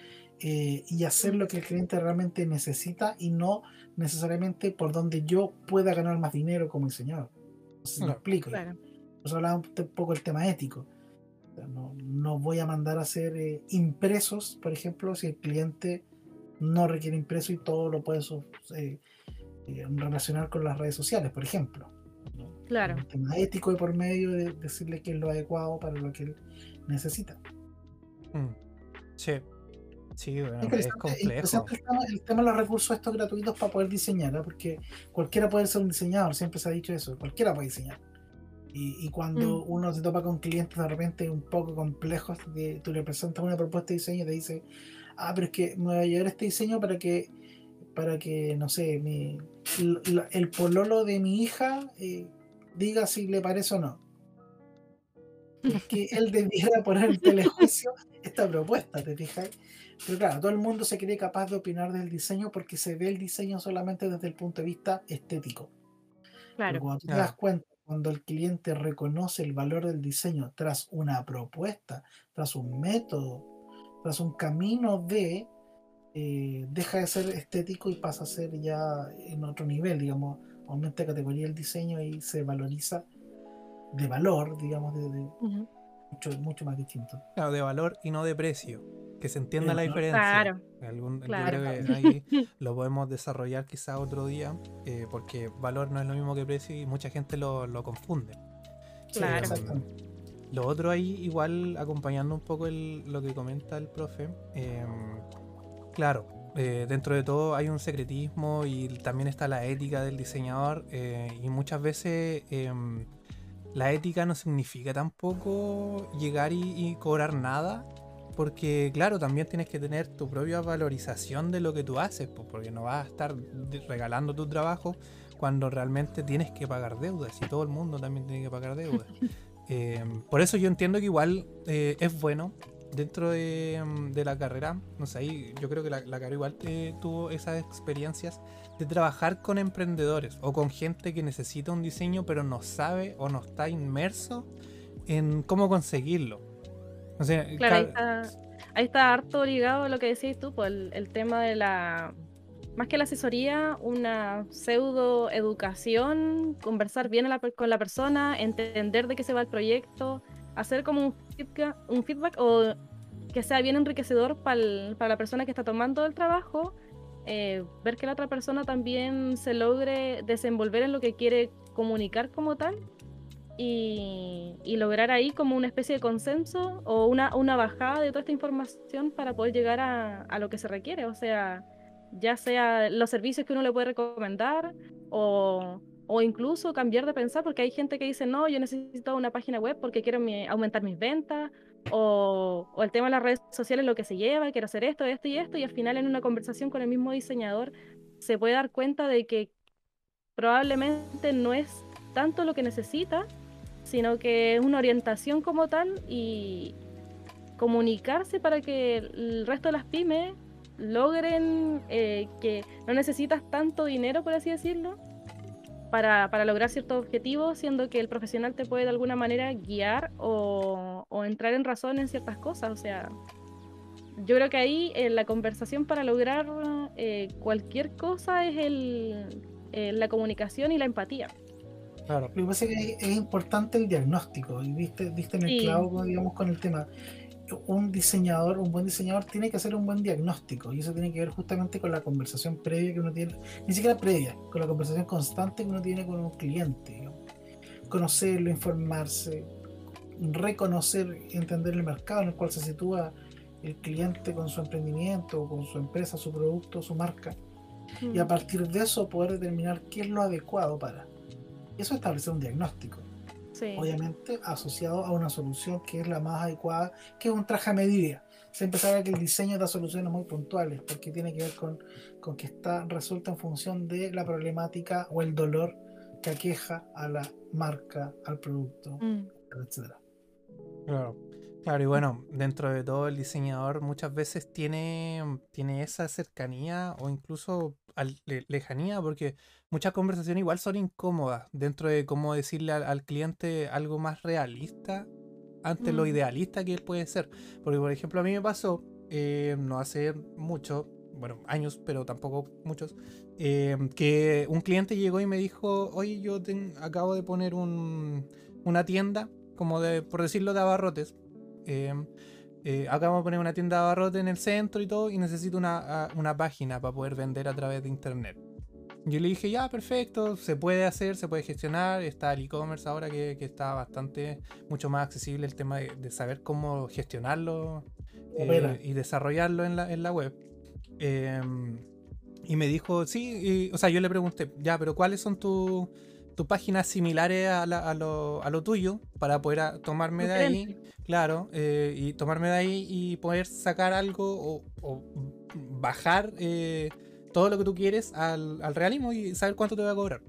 eh, y hacer mm, lo que el cliente realmente necesita y no necesariamente por donde yo pueda ganar más dinero como diseñador. No sé si me claro. explico. claro. Nos hablaba un te- poco el tema ético. O sea, no, no voy a mandar a hacer eh, impresos, por ejemplo, si el cliente no requiere impreso y todo lo puede so- eh, eh, relacionar con las redes sociales, por ejemplo. ¿No? Hay Claro. un tema ético de por medio de decirle que es lo adecuado para lo que él necesita. Mm. Sí. Sí, bueno, es Interesante, complejo. interesante el tema, el tema de los recursos estos gratuitos para poder diseñar, ¿eh? Porque cualquiera puede ser un diseñador, siempre se ha dicho eso, cualquiera puede diseñar. Y, y Mm, cuando uno se topa con clientes de repente un poco complejos, que tú le presentas una propuesta de diseño y te dice, ah, pero es que me va a llevar este diseño para que, para que no sé, mi, l- el pololo de mi hija eh, diga si le parece o no. Porque él debiera poner en telejuicio esta propuesta, ¿te fijas? Pero claro, todo el mundo se cree capaz de opinar del diseño porque se ve el diseño solamente desde el punto de vista estético. Pero claro, cuando tú te das Claro, cuenta, cuando el cliente reconoce el valor del diseño tras una propuesta, tras un método, tras un camino de, eh, deja de ser estético y pasa a ser ya en otro nivel, digamos, aumenta de categoría el diseño y se valoriza de valor, digamos, de, de ujú, mucho, mucho más distinto. claro, de valor y no de precio. Que se De entienda la valor, diferencia. claro, Algún, yo claro. creo que ahí lo podemos desarrollar quizá otro día, eh, porque valor no es lo mismo que precio y mucha gente lo, lo confunde. sí, Claro. Em, exactamente. lo otro ahí, igual acompañando un poco el- lo que comenta el profe, em, claro, eh, dentro de todo hay un secretismo y también está la ética del diseñador, eh, y muchas veces em, la ética no significa tampoco llegar y, y cobrar nada, porque claro, también tienes que tener tu propia valorización de lo que tú haces, pues, porque no vas a estar de- regalando tu trabajo cuando realmente tienes que pagar deudas y todo el mundo también tiene que pagar deudas. Eh, por eso yo entiendo que igual eh, es bueno dentro de, mm, de la carrera. No sé, ahí yo creo que la, la carrera igual eh, tuvo esas experiencias de trabajar con emprendedores o con gente que necesita un diseño pero no sabe o no está inmerso en cómo conseguirlo. O sea, Claro, ahí ca- está, ahí está harto ligado a lo que decís tú, pues el, el tema de la, más que la asesoría, una pseudo educación, conversar bien a la per- con la persona, entender de qué se va el proyecto, hacer como un feedback, un feedback o que sea bien enriquecedor pa'l- para la persona que está tomando el trabajo, eh, ver que la otra persona también se logre desenvolver en lo que quiere comunicar como tal y, y lograr ahí como una especie de consenso o una, una bajada de toda esta información para poder llegar a, a lo que se requiere. O sea, ya sea los servicios que uno le puede recomendar o, o incluso cambiar de pensar, porque hay gente que dice, no, yo necesito una página web porque quiero mi- aumentar mis ventas. O, o el tema de las redes sociales, lo que se lleva, quiero hacer esto, esto y esto, y al final en una conversación con el mismo diseñador se puede dar cuenta de que probablemente no es tanto lo que necesita, sino que es una orientación como tal y comunicarse para que el resto de las pymes logren eh, que no necesitas tanto dinero, por así decirlo, para, para lograr ciertos objetivos, siendo que el profesional te puede de alguna manera guiar o, o entrar en razón en ciertas cosas. O sea, yo creo que ahí eh, la conversación para lograr eh, cualquier cosa es el, eh, la comunicación y la empatía. claro, Lo que pasa es que es, es importante el diagnóstico, y viste, viste en el Sí, clavo, digamos, con el tema. Un diseñador, un buen diseñador tiene que hacer un buen diagnóstico, y eso tiene que ver justamente con la conversación previa que uno tiene, ni siquiera previa, con la conversación constante que uno tiene con un cliente, digamos. Conocerlo, informarse, reconocer y entender el mercado en el cual se sitúa el cliente con su emprendimiento, con su empresa, su producto, su marca, y a mm, partir de eso poder determinar qué es lo adecuado para. Eso es establecer un diagnóstico, sí. obviamente asociado a una solución que es la más adecuada, que es un traje a medida. Se empezará que el diseño da soluciones muy puntuales, porque tiene que ver con, con que está resuelta en función de la problemática o el dolor que aqueja a la marca, al producto, Mm. etcétera. claro. Claro, y bueno, dentro de todo el diseñador muchas veces tiene, tiene esa cercanía o incluso al- le- lejanía, porque muchas conversaciones igual son incómodas dentro de cómo decirle al, al cliente algo más realista ante lo Mm, idealista que él puede ser. Porque, por ejemplo, a mí me pasó, eh, no hace mucho, bueno, años, pero tampoco muchos, eh, que un cliente llegó y me dijo, oye, yo ten- acabo de poner un, una tienda, como de, por decirlo, de abarrotes. eh, eh, acabo de poner una tienda de abarrotes en el centro y todo, y necesito una, a- una página para poder vender a través de internet. Yo le dije, ya, perfecto, se puede hacer, se puede gestionar, está el e-commerce ahora que, que está bastante, mucho más accesible el tema de, de saber cómo gestionarlo eh, y desarrollarlo en la, en la web. Eh, y me dijo, sí, y, o sea, yo le pregunté, ya, pero ¿cuáles son tus tus páginas similares a, la, a, lo, a lo tuyo para poder a, tomarme de ahí, claro, eh, y tomarme de ahí y poder sacar algo o, o bajar eh, todo lo que tú quieres al, al realismo y saber cuánto te va a cobrar?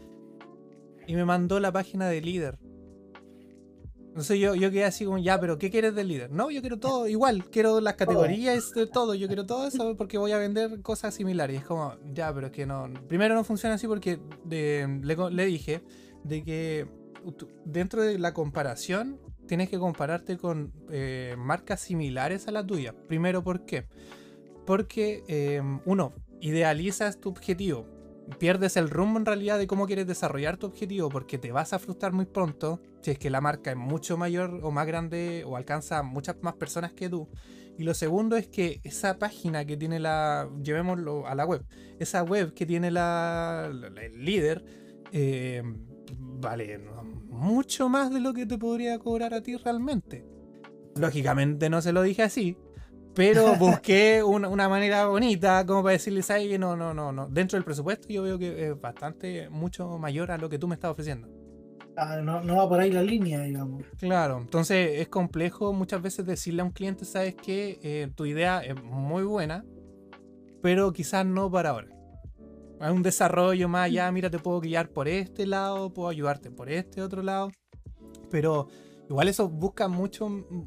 Y me mandó la página de Líder. Entonces yo, yo quedé así como, ya, pero ¿qué quieres del Líder? No, yo quiero todo igual, quiero las categorías de todo, yo quiero todo eso porque voy a vender cosas similares. Y es como, ya, pero es que no, primero no funciona así porque de, le, le dije de que dentro de la comparación tienes que compararte con eh, marcas similares a la tuya. Primero, ¿por qué? Porque, eh, uno, idealizas tu objetivo. Pierdes el rumbo en realidad de cómo quieres desarrollar tu objetivo porque te vas a frustrar muy pronto si es que la marca es mucho mayor o más grande o alcanza a muchas más personas que tú. Y lo segundo es que esa página que tiene la, llevémoslo a la web, esa web que tiene la, la el Líder eh, vale mucho más de lo que te podría cobrar a ti realmente. Lógicamente no se lo dije así, pero busqué una, una manera bonita como para decirle, ¿sabes qué? No, no, no, no. Dentro del presupuesto yo veo que es bastante, mucho mayor a lo que tú me estás ofreciendo. Ah, no, no va por ahí la línea, digamos. Claro, entonces es complejo muchas veces decirle a un cliente, ¿sabes qué? Eh, tu idea es muy buena, pero quizás no para ahora. Hay un desarrollo más allá, mira, te puedo guiar por este lado, puedo ayudarte por este otro lado, pero... igual eso busca mucho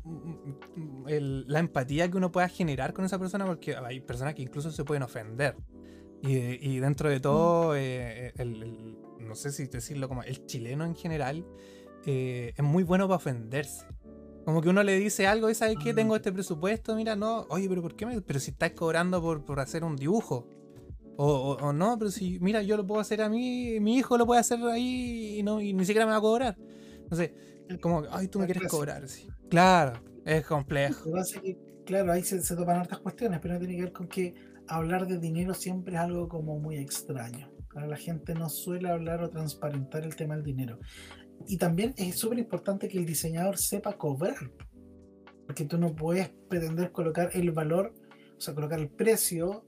el, la empatía que uno pueda generar con esa persona, porque hay personas que incluso se pueden ofender. Y, y dentro de todo, eh, el, el, no sé si decirlo como el chileno en general, eh, es muy bueno para ofenderse. Como que uno le dice algo y ¿sabes qué? Tengo este presupuesto, mira, no, oye, pero ¿por qué me...? Pero si estás cobrando por, por hacer un dibujo. O, o, o no, pero si, mira, yo lo puedo hacer a mí, mi hijo lo puede hacer ahí y, no, y ni siquiera me va a cobrar. Entonces, como, ay, tú me quieres cobrar, sí. Claro, es complejo. Lo que pasa es que, claro, ahí se, se topan hartas cuestiones, pero tiene que ver con que hablar de dinero siempre es algo como muy extraño. Para la gente no suele hablar o transparentar el tema del dinero. Y también es súper importante que el diseñador sepa cobrar, porque tú no puedes pretender colocar el valor, o sea, colocar el precio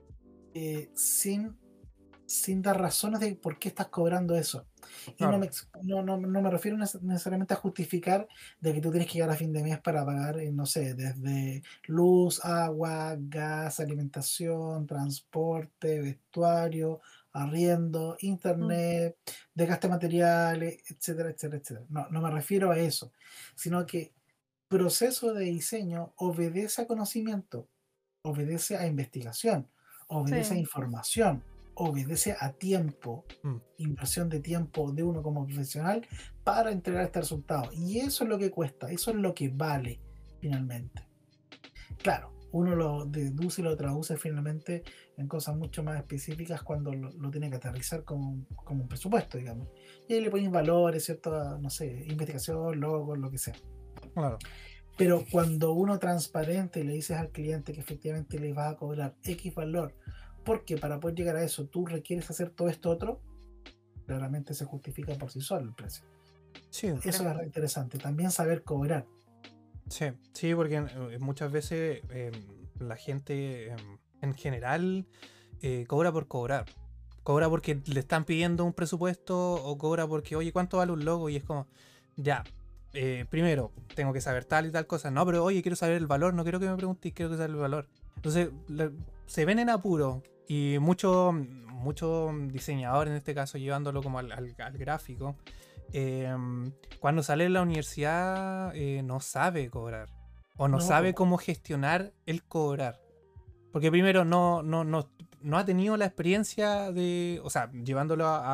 eh, sin, sin dar razones de por qué estás cobrando eso. Y Claro. no, me, no, no, no me refiero necesariamente a justificar de que tú tienes que llegar a fin de mes para pagar, eh, no sé, desde luz, agua, gas, alimentación, transporte, vestuario, arriendo, internet, desgaste de materiales, etcétera, etcétera, etcétera. No, no me refiero a eso, sino que proceso de diseño obedece a conocimiento, obedece a investigación, obedece a Sí. información, obedece a tiempo, Mm. inversión de tiempo de uno como profesional para entregar este resultado. Y eso es lo que cuesta, eso es lo que vale finalmente. Claro, uno lo deduce y lo traduce finalmente en cosas mucho más específicas cuando lo, lo tiene que aterrizar como, como un presupuesto, digamos. Y ahí le ponen valores, ¿cierto? No sé, investigación, logos, lo que sea. Claro. Pero cuando uno transparente le dices al cliente que efectivamente le vas a cobrar X valor, porque para poder llegar a eso tú requieres hacer todo esto otro, claramente se justifica por sí solo el precio. Sí, Eso es interesante, también saber cobrar. sí, sí, porque eh, muchas veces eh, la gente eh, en general eh, cobra por cobrar. Cobra porque le están pidiendo un presupuesto o cobra porque, oye, ¿cuánto vale un logo? Y es como, ya, eh, primero, tengo que saber tal y tal cosa. No, pero oye, quiero saber el valor, no quiero que me preguntes, quiero que saber el valor. Entonces, le- se ven en apuro y muchos mucho diseñadores, en este caso, llevándolo como al, al- al gráfico, eh, cuando sale de la universidad eh, no sabe cobrar o no, No, sabe pues, cómo gestionar el cobrar. Porque primero no, no, no, no ha tenido la experiencia de, o sea, llevándolo a, a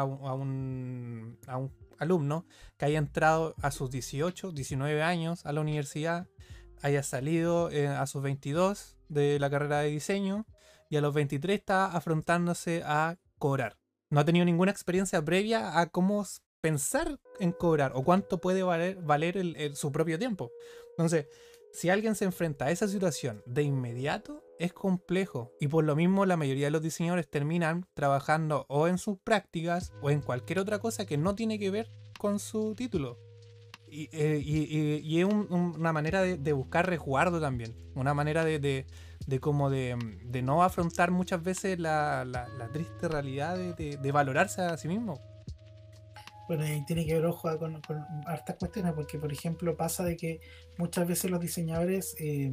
un, a un alumno que haya entrado a sus dieciocho, diecinueve años a la universidad, haya salido eh, a sus veintidós de la carrera de diseño y a los veintitrés está afrontándose a cobrar. No ha tenido ninguna experiencia previa a cómo s- pensar en cobrar o cuánto puede valer, valer el- el- su propio tiempo. Entonces, si alguien se enfrenta a esa situación de inmediato, es complejo. Y por lo mismo la mayoría de los diseñadores terminan trabajando o en sus prácticas o en cualquier otra cosa que no tiene que ver con su título. y, eh, y, y- y es un- un- una manera de, de buscar resguardo también. Una manera de, de, de como de, de no afrontar muchas veces la, la- la triste realidad de, de- de valorarse a sí mismo. Bueno, y tiene que ver, ojo, con, con hartas cuestiones, porque por ejemplo pasa de que muchas veces los diseñadores eh,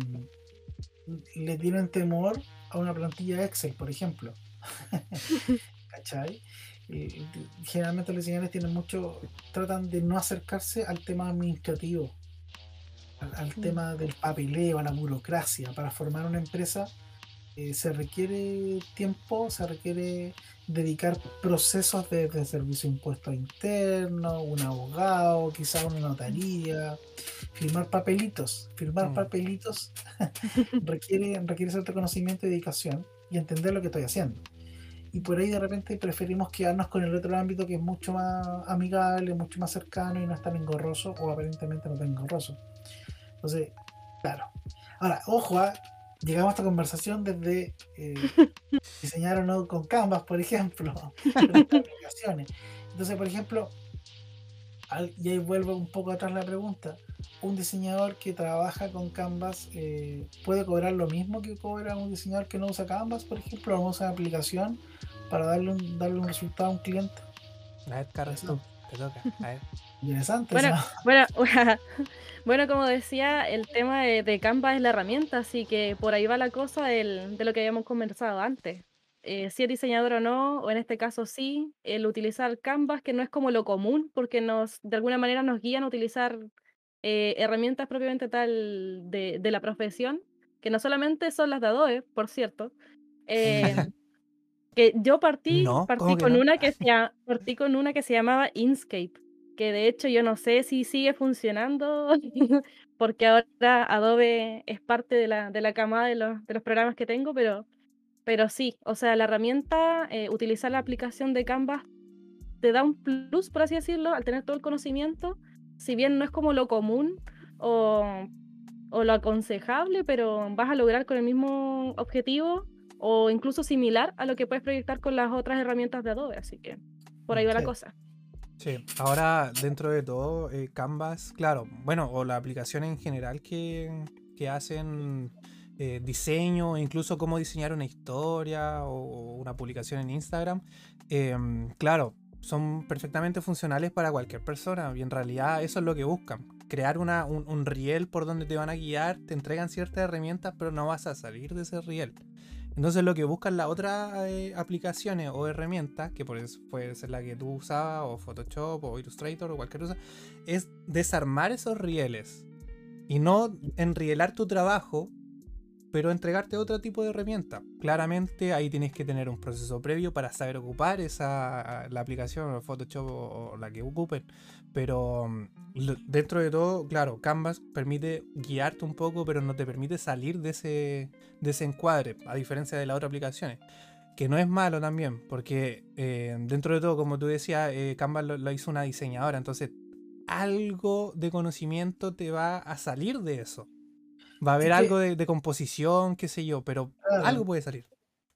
le tienen temor a una plantilla Excel, por ejemplo. ¿Cachai? Y generalmente los diseñadores tienen mucho, tratan de no acercarse al tema administrativo, al, al Mm. tema del papeleo, a la burocracia. Para formar una empresa eh, se requiere tiempo, se requiere dedicar procesos de, de servicio de impuestos internos, un abogado, quizá una notaría, firmar papelitos. Firmar Mm. papelitos requiere, requiere cierto conocimiento y dedicación y entender lo que estoy haciendo. Y por ahí de repente preferimos quedarnos con el otro ámbito que es mucho más amigable, mucho más cercano y no es tan engorroso o aparentemente no tan engorroso. Entonces, claro. Ahora, ojo, ¿ah? Llegamos a esta conversación desde eh, diseñar o no con Canvas, por ejemplo, con estas aplicaciones. Entonces, por ejemplo, al- y ahí vuelvo un poco atrás la pregunta. ¿Un diseñador que trabaja con Canvas eh, puede cobrar lo mismo que cobra un diseñador que no usa Canvas, por ejemplo, o no usa aplicación para darle un, darle un resultado a un cliente? A ver, Carlos, tú, Interesante, te toca. A ver. interesante eso. Bueno, bueno, bueno, como decía, el tema de, de Canva es la herramienta, así que por ahí va la cosa del- de lo que habíamos conversado antes. Eh, si es diseñador o no, o en este caso sí, el utilizar Canvas, que no es como lo común, porque nos, de alguna manera nos guían a utilizar eh, herramientas propiamente tal de, de la profesión, que no solamente son las de Adobe, por cierto. eh, que yo partí, No, partí ¿cómo que con no? una que se, lla- partí con una que se llamaba Inkscape, que de hecho yo no sé si sigue funcionando, porque ahora Adobe es parte de la, de la camada de los, de los programas que tengo, pero, pero sí, o sea, la herramienta, eh, utilizar la aplicación de Canvas te da un plus, por así decirlo, al tener todo el conocimiento, si bien no es como lo común o o lo aconsejable, pero vas a lograr con el mismo objetivo o incluso similar a lo que puedes proyectar con las otras herramientas de Adobe, así que por ahí Mm. va la Sí. cosa. Sí, ahora dentro de todo, eh, Canvas, claro, bueno, o la aplicación en general que, que hacen eh, diseño, incluso cómo diseñar una historia o una publicación en Instagram, em, claro, son perfectamente funcionales para cualquier persona y en realidad eso es lo que buscan. Crear una, un, un riel por donde te van a guiar, te entregan ciertas herramientas, pero no vas a salir de ese riel. Entonces lo que buscan las otras eh, aplicaciones o herramientas, que por eso puede ser la que tú usabas, o Photoshop, o Illustrator, o cualquier cosa, es desarmar esos rieles y no enrielar tu trabajo, pero entregarte otro tipo de herramienta. Claramente ahí tienes que tener un proceso previo para saber ocupar esa la aplicación o Photoshop o, o la que ocupen. Pero mm, lo- dentro de todo, claro, Canvas permite guiarte un poco, pero no te permite salir de ese, de ese encuadre, a diferencia de las otras aplicaciones. Que no es malo también, porque eh, dentro de todo, como tú decías, eh, Canvas lo, lo hizo una diseñadora, entonces algo de conocimiento te va a salir de eso. Va a Es haber que, algo de, de composición, qué sé yo, pero algo claro, puede salir.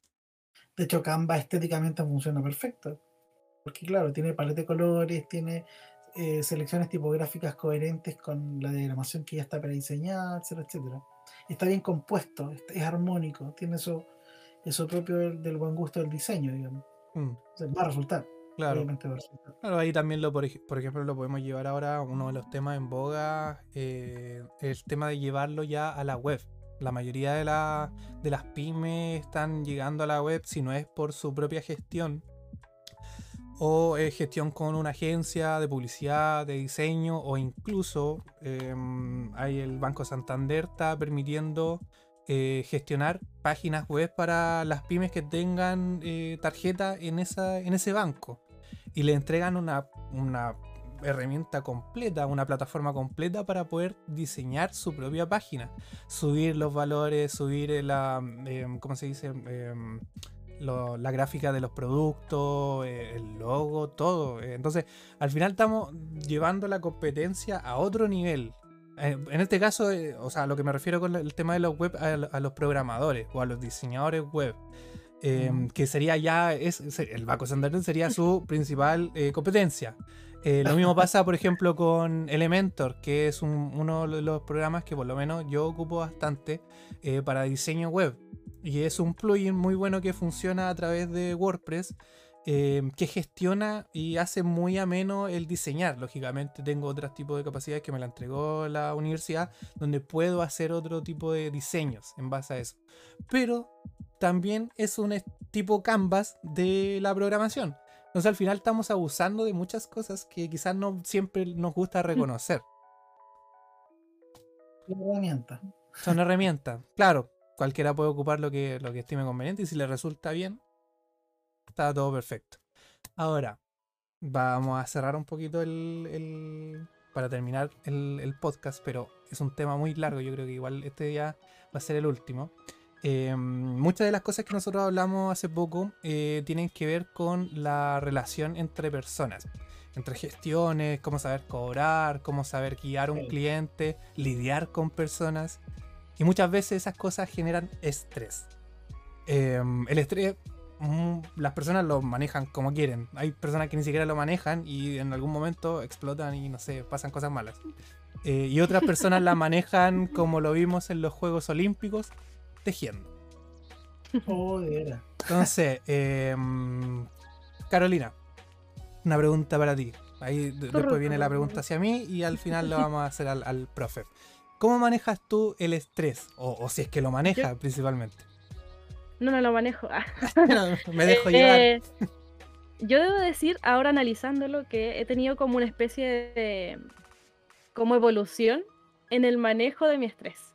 de hecho Canva estéticamente funciona perfecto, porque claro, tiene paleta de colores, tiene eh, selecciones tipográficas coherentes con la diagramación que ya está prediseñada, etcétera, etcétera. Está bien compuesto, es, es armónico, tiene eso, eso propio del, del buen gusto del diseño, digamos. Mm, O sea, va a resultar, claro. obviamente va a resultar. Claro, ahí también lo, por, ej- por ejemplo, lo podemos llevar ahora, uno de los temas en boga, eh, el tema de llevarlo ya a la web. La mayoría de, la, de las pymes están llegando a la web, si no es por su propia gestión, o eh, gestión con una agencia de publicidad, de diseño, o incluso eh, hay el Banco Santander está permitiendo eh, gestionar páginas web para las pymes que tengan eh, tarjeta en, esa, en ese banco y le entregan una, una herramienta completa, una plataforma completa para poder diseñar su propia página, subir los valores, subir la, eh, ¿cómo se dice? Eh, lo, la gráfica de los productos, eh, el logo, todo. Eh, Entonces, al final estamos llevando la competencia a otro nivel. Eh, en este caso, eh, o sea, a lo que me refiero con el tema de los web, a, a los programadores o a los diseñadores web. Eh, Mm. que sería ya, es, el Banco Santander sería su principal eh, competencia. Eh, lo mismo pasa, por ejemplo, con Elementor, que es un- uno de los programas que por lo menos yo ocupo bastante eh, para diseño web. Y es un plugin muy bueno que funciona a través de WordPress, eh, que gestiona y hace muy ameno el diseñar. Lógicamente tengo otros tipos de capacidades que me la entregó la universidad, donde puedo hacer otro tipo de diseños en base a eso. Pero también es un es- tipo canvas de la programación. Entonces al final estamos abusando de muchas cosas que quizás no siempre nos gusta reconocer. La herramienta. Son herramientas. Claro, cualquiera puede ocupar lo que, lo que estime conveniente y si le resulta bien, está todo perfecto. Ahora, vamos a cerrar un poquito el, el- para terminar el, el podcast, pero es un tema muy largo. Yo creo que igual este día va a ser el último. Eh, muchas de las cosas que nosotros hablamos hace poco eh, tienen que ver con la relación entre personas, entre gestiones, cómo saber cobrar, cómo saber guiar a un Sí. cliente, lidiar con personas. Y muchas veces esas cosas generan estrés. Eh, el estrés, mm, las personas lo manejan como quieren. Hay personas que ni siquiera lo manejan y en algún momento explotan y no sé, pasan cosas malas. Eh, y otras personas la manejan como lo vimos en los Juegos Olímpicos, tejiendo. Oh, de veras. Entonces, eh, Carolina, una pregunta para ti. Ahí d- después viene la pregunta hacia mí y al final lo vamos a hacer al, al profe. ¿Cómo manejas tú el estrés? O, o si es que lo Yo manejas principalmente. no, no lo manejo. Me dejo llevar. Eh, yo debo decir, ahora analizándolo, que he tenido como una especie de como evolución en el manejo de mi estrés.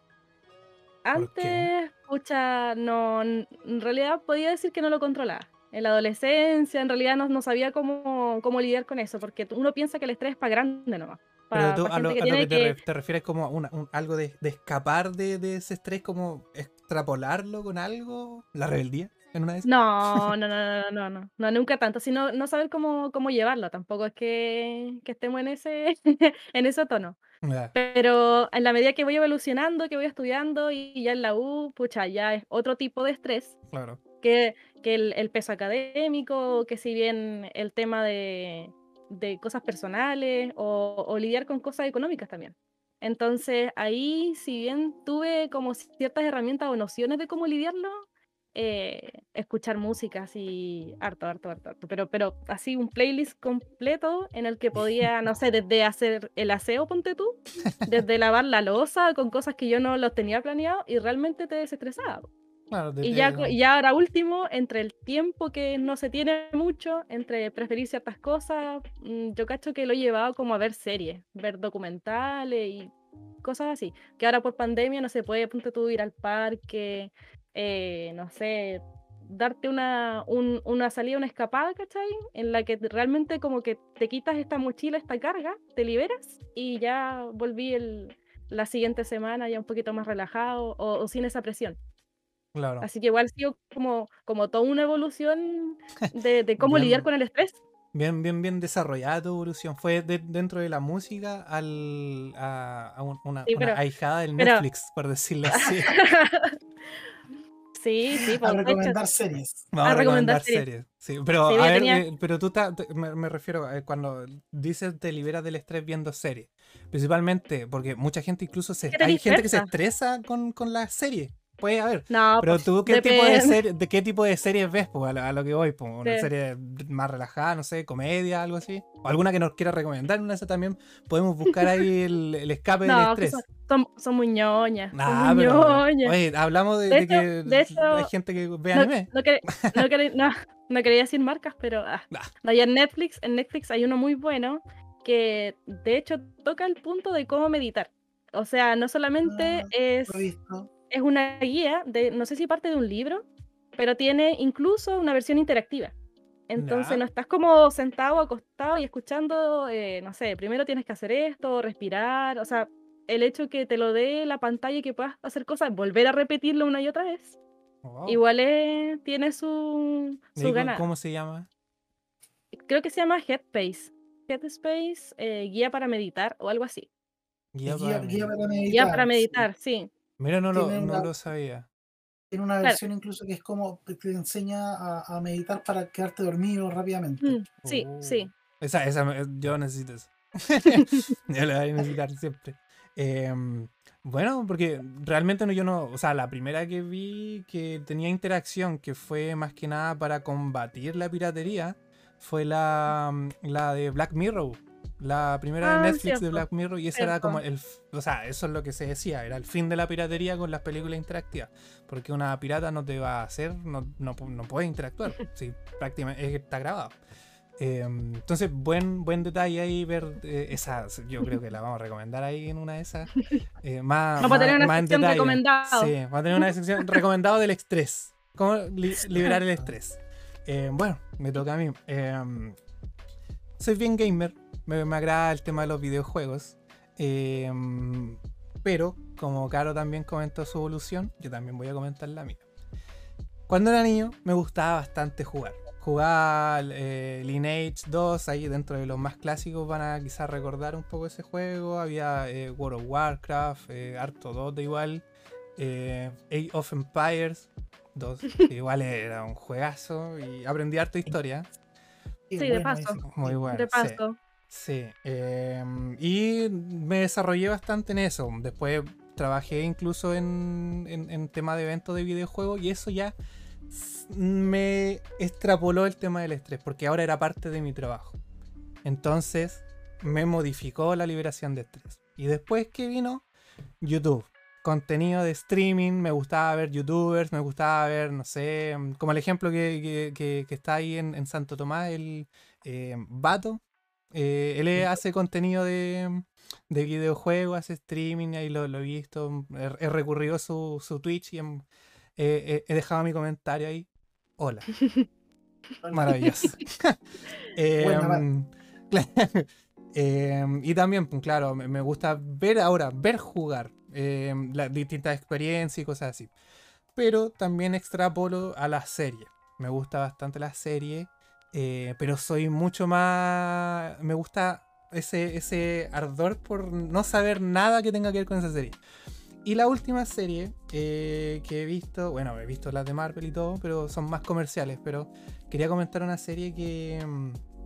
¿Por qué? Antes, pucha, no, n- en realidad podía decir que no lo controlaba. En la adolescencia, en realidad no, no sabía cómo, cómo lidiar con eso, porque tú- uno piensa que el estrés es para grande nomás, Pero para tú a gente lo, que a lo tiene que te, que... re- te refieres como a una- un- algo de, de escapar de, de ese estrés, como extrapolarlo con algo, la rebeldía en una de esas. No, no, no, no, no, no, no, nunca tanto, sino no saber cómo, cómo llevarlo, tampoco es que, que estemos en ese, en ese tono. Ya, Pero en la medida que voy evolucionando, que voy estudiando y ya en la U, pucha, ya es otro tipo de estrés claro. que, que el, el peso académico, que si bien el tema de, de cosas personales o, o lidiar con cosas económicas también. Entonces ahí, si bien tuve como ciertas herramientas o nociones de cómo lidiarlo, eh, escuchar música así, harto, harto, harto, harto, pero, pero así un playlist completo en el que podía, no sé, desde hacer el aseo, ponte tú, desde lavar la loza con cosas que yo no los tenía planeado y realmente te desestresaba. Claro, de- Y ya, co- de- y ya ahora último, entre el tiempo que no se tiene mucho, entre preferir ciertas cosas, mm, yo cacho que lo he llevado como a ver series, ver documentales y cosas así. Que ahora por pandemia no se puede, ponte tú, ir al parque, eh, no sé, darte una, un- una salida, una escapada, ¿cachai? En la que te- realmente como que te quitas esta mochila, esta carga, te liberas y ya volví el, la siguiente semana ya un poquito más relajado o o sin esa presión. claro. Así que igual ha sido como, como toda una evolución de, de cómo lidiar Bien, con el estrés. bien, bien, bien desarrollada tu evolución. Fue de- dentro de la música al, a, a un- una, Sí, una pero, ahijada del pero Netflix, por decirlo así. sí, sí, A pues de hecho, recomendar series. Vamos a a recomendar recomendar series. series. Sí, pero Sí, a mira, ver, tenía. eh, pero tú ta- te- me, me refiero a cuando dices te liberas del estrés viendo series. Principalmente porque mucha gente incluso Es se, que te hay gente que se dispersa. estresa con, con las series. Puede haber. No, Pero pues tú, ¿qué tipo de depende. serie, de qué tipo de series ves? Pues a lo, a lo que voy, pues, una de- serie más relajada, no sé, comedia, algo así. O alguna que nos quiera recomendar, una de esas también podemos buscar ahí el, el escape del No, que son, estrés. son, son muy ñoñas, son muy Ah, pero, ñoñas. oye, hablamos de, De de hecho, que de hay hecho, gente que ve no, anime. no, quer- no, quer- no, no quería decir marcas, pero ah. Ah, No, y en Netflix, en Netflix hay uno muy bueno que de hecho toca el punto de cómo meditar. O sea, no solamente Ah, lo he es, visto. es una guía de, no sé si parte de un libro, pero tiene incluso una versión interactiva. Entonces ya. no estás como sentado, acostado y escuchando, eh, no sé, primero tienes que hacer esto, respirar, o sea, el hecho que te lo dé la pantalla y que puedas hacer cosas, volver a repetirlo una y otra vez, Wow. igual es- tiene su, ¿Y su ahí co- ganada. cómo se llama? Creo que se llama Headspace. Headspace, eh, guía para meditar o algo así. Guía Es guía, para guía para meditar. Guía para meditar. Sí. meditar, sí. Mira, no lo, Tiene no una, lo sabía. tiene una Claro. versión incluso que es como que te enseña a, a meditar para quedarte dormido rápidamente. Mm, sí, Oh. sí. Esa, esa, me- yo necesito eso. Yo lo voy a necesitar siempre. Em, bueno, porque realmente no, yo no, o sea, la primera que vi que tenía interacción, que fue más que nada para combatir la piratería, fue la, mm, la de Black Mirror. La primera de Ah, Netflix de cierto, Black Mirror, y ese era como cierto. el, f- o sea, eso es lo que se decía, era el fin de la piratería con las películas interactivas, porque una pirata no te va a hacer, no, no, pu- no puede interactuar, sí, prácticamente es que está grabado. Eh, entonces, buen, buen detalle ahí ver eh, esa, yo creo que la vamos a recomendar ahí en una de esas, eh, más, Vamos a tener más, una más en sección detalle. recomendado. Sí, va a tener una sección recomendado del estrés, cómo li- liberar el estrés. Eh, bueno, me toca a mí. Eh, soy bien gamer, me, me agrada el tema de los videojuegos, eh, pero como Caro también comentó su evolución, yo también voy a comentar la mía. Cuando era niño me gustaba bastante jugar. Jugaba eh, Lineage dos, ahí dentro de los más clásicos van a quizás recordar un poco ese juego. Había eh, World of Warcraft, eh, Arto dos de igual, eh, Age of Empires dos, que igual era un juegazo y aprendí harto historia. Qué Sí, de bueno paso, ese. Muy Sí. bueno, de sí. paso. Sí, eh, y me desarrollé bastante en eso. Después trabajé incluso en, en, en tema de eventos de videojuegos y eso ya s- me extrapoló el tema del estrés porque ahora era parte de mi trabajo. Entonces me modificó la liberación de estrés. Y después que vino YouTube, contenido de streaming, me gustaba ver youtubers, me gustaba ver, no sé, como el ejemplo que, que, que- que está ahí en, en Santo Tomás, el eh, Vato. Eh, él eh, hace contenido de, de videojuegos, hace streaming, ahí lo, lo he visto, he, he recurrido a su, su Twitch y em- eh, he he dejado mi comentario ahí. Hola, Hola. maravilloso. Buena, va. Em, claro. Em, y también, pues, claro, me, me gusta ver ahora, ver jugar em, las distintas experiencias y cosas así. Pero también extrapolo a las series. Me gusta bastante la serie, eh, pero soy mucho más... Me gusta ese, ese ardor por no saber nada que tenga que ver con esa serie. Y la última serie eh, que he visto, bueno, he visto las de Marvel y todo, pero son más comerciales, pero quería comentar una serie que, mm,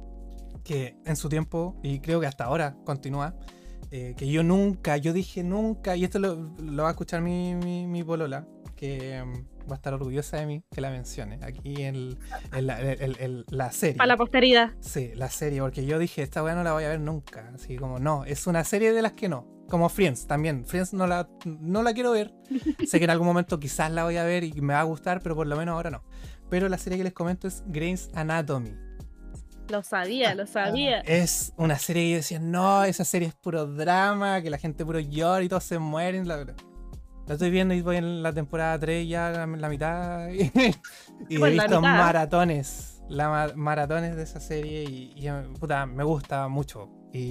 que en su tiempo, y creo que hasta ahora continúa, eh, que yo nunca, yo dije nunca, y esto lo, lo va a escuchar mi, mi, mi polola, que mm, va a estar orgullosa de mí que la mencione aquí en, en la, el- el- el- la Para la serie. posteridad. Sí, la serie, porque yo dije, esta weá no la voy a ver nunca. Así como, no, es una serie de las que no. Como Friends también. Friends no la, no la quiero ver. Sé que en algún momento quizás la voy a ver y me va a gustar, pero por lo menos ahora no. Pero la serie que les comento es Grey's Anatomy. Lo sabía, lo Ah, sabía. Es una serie que yo decía, no, esa serie es puro drama, que la gente puro llora y todos se mueren. La, la estoy viendo y voy en la temporada tres ya, la, la mitad. Y, y he Pues la visto mitad. maratones, la ma- maratones de esa serie y, y, eh, puta, me gusta mucho.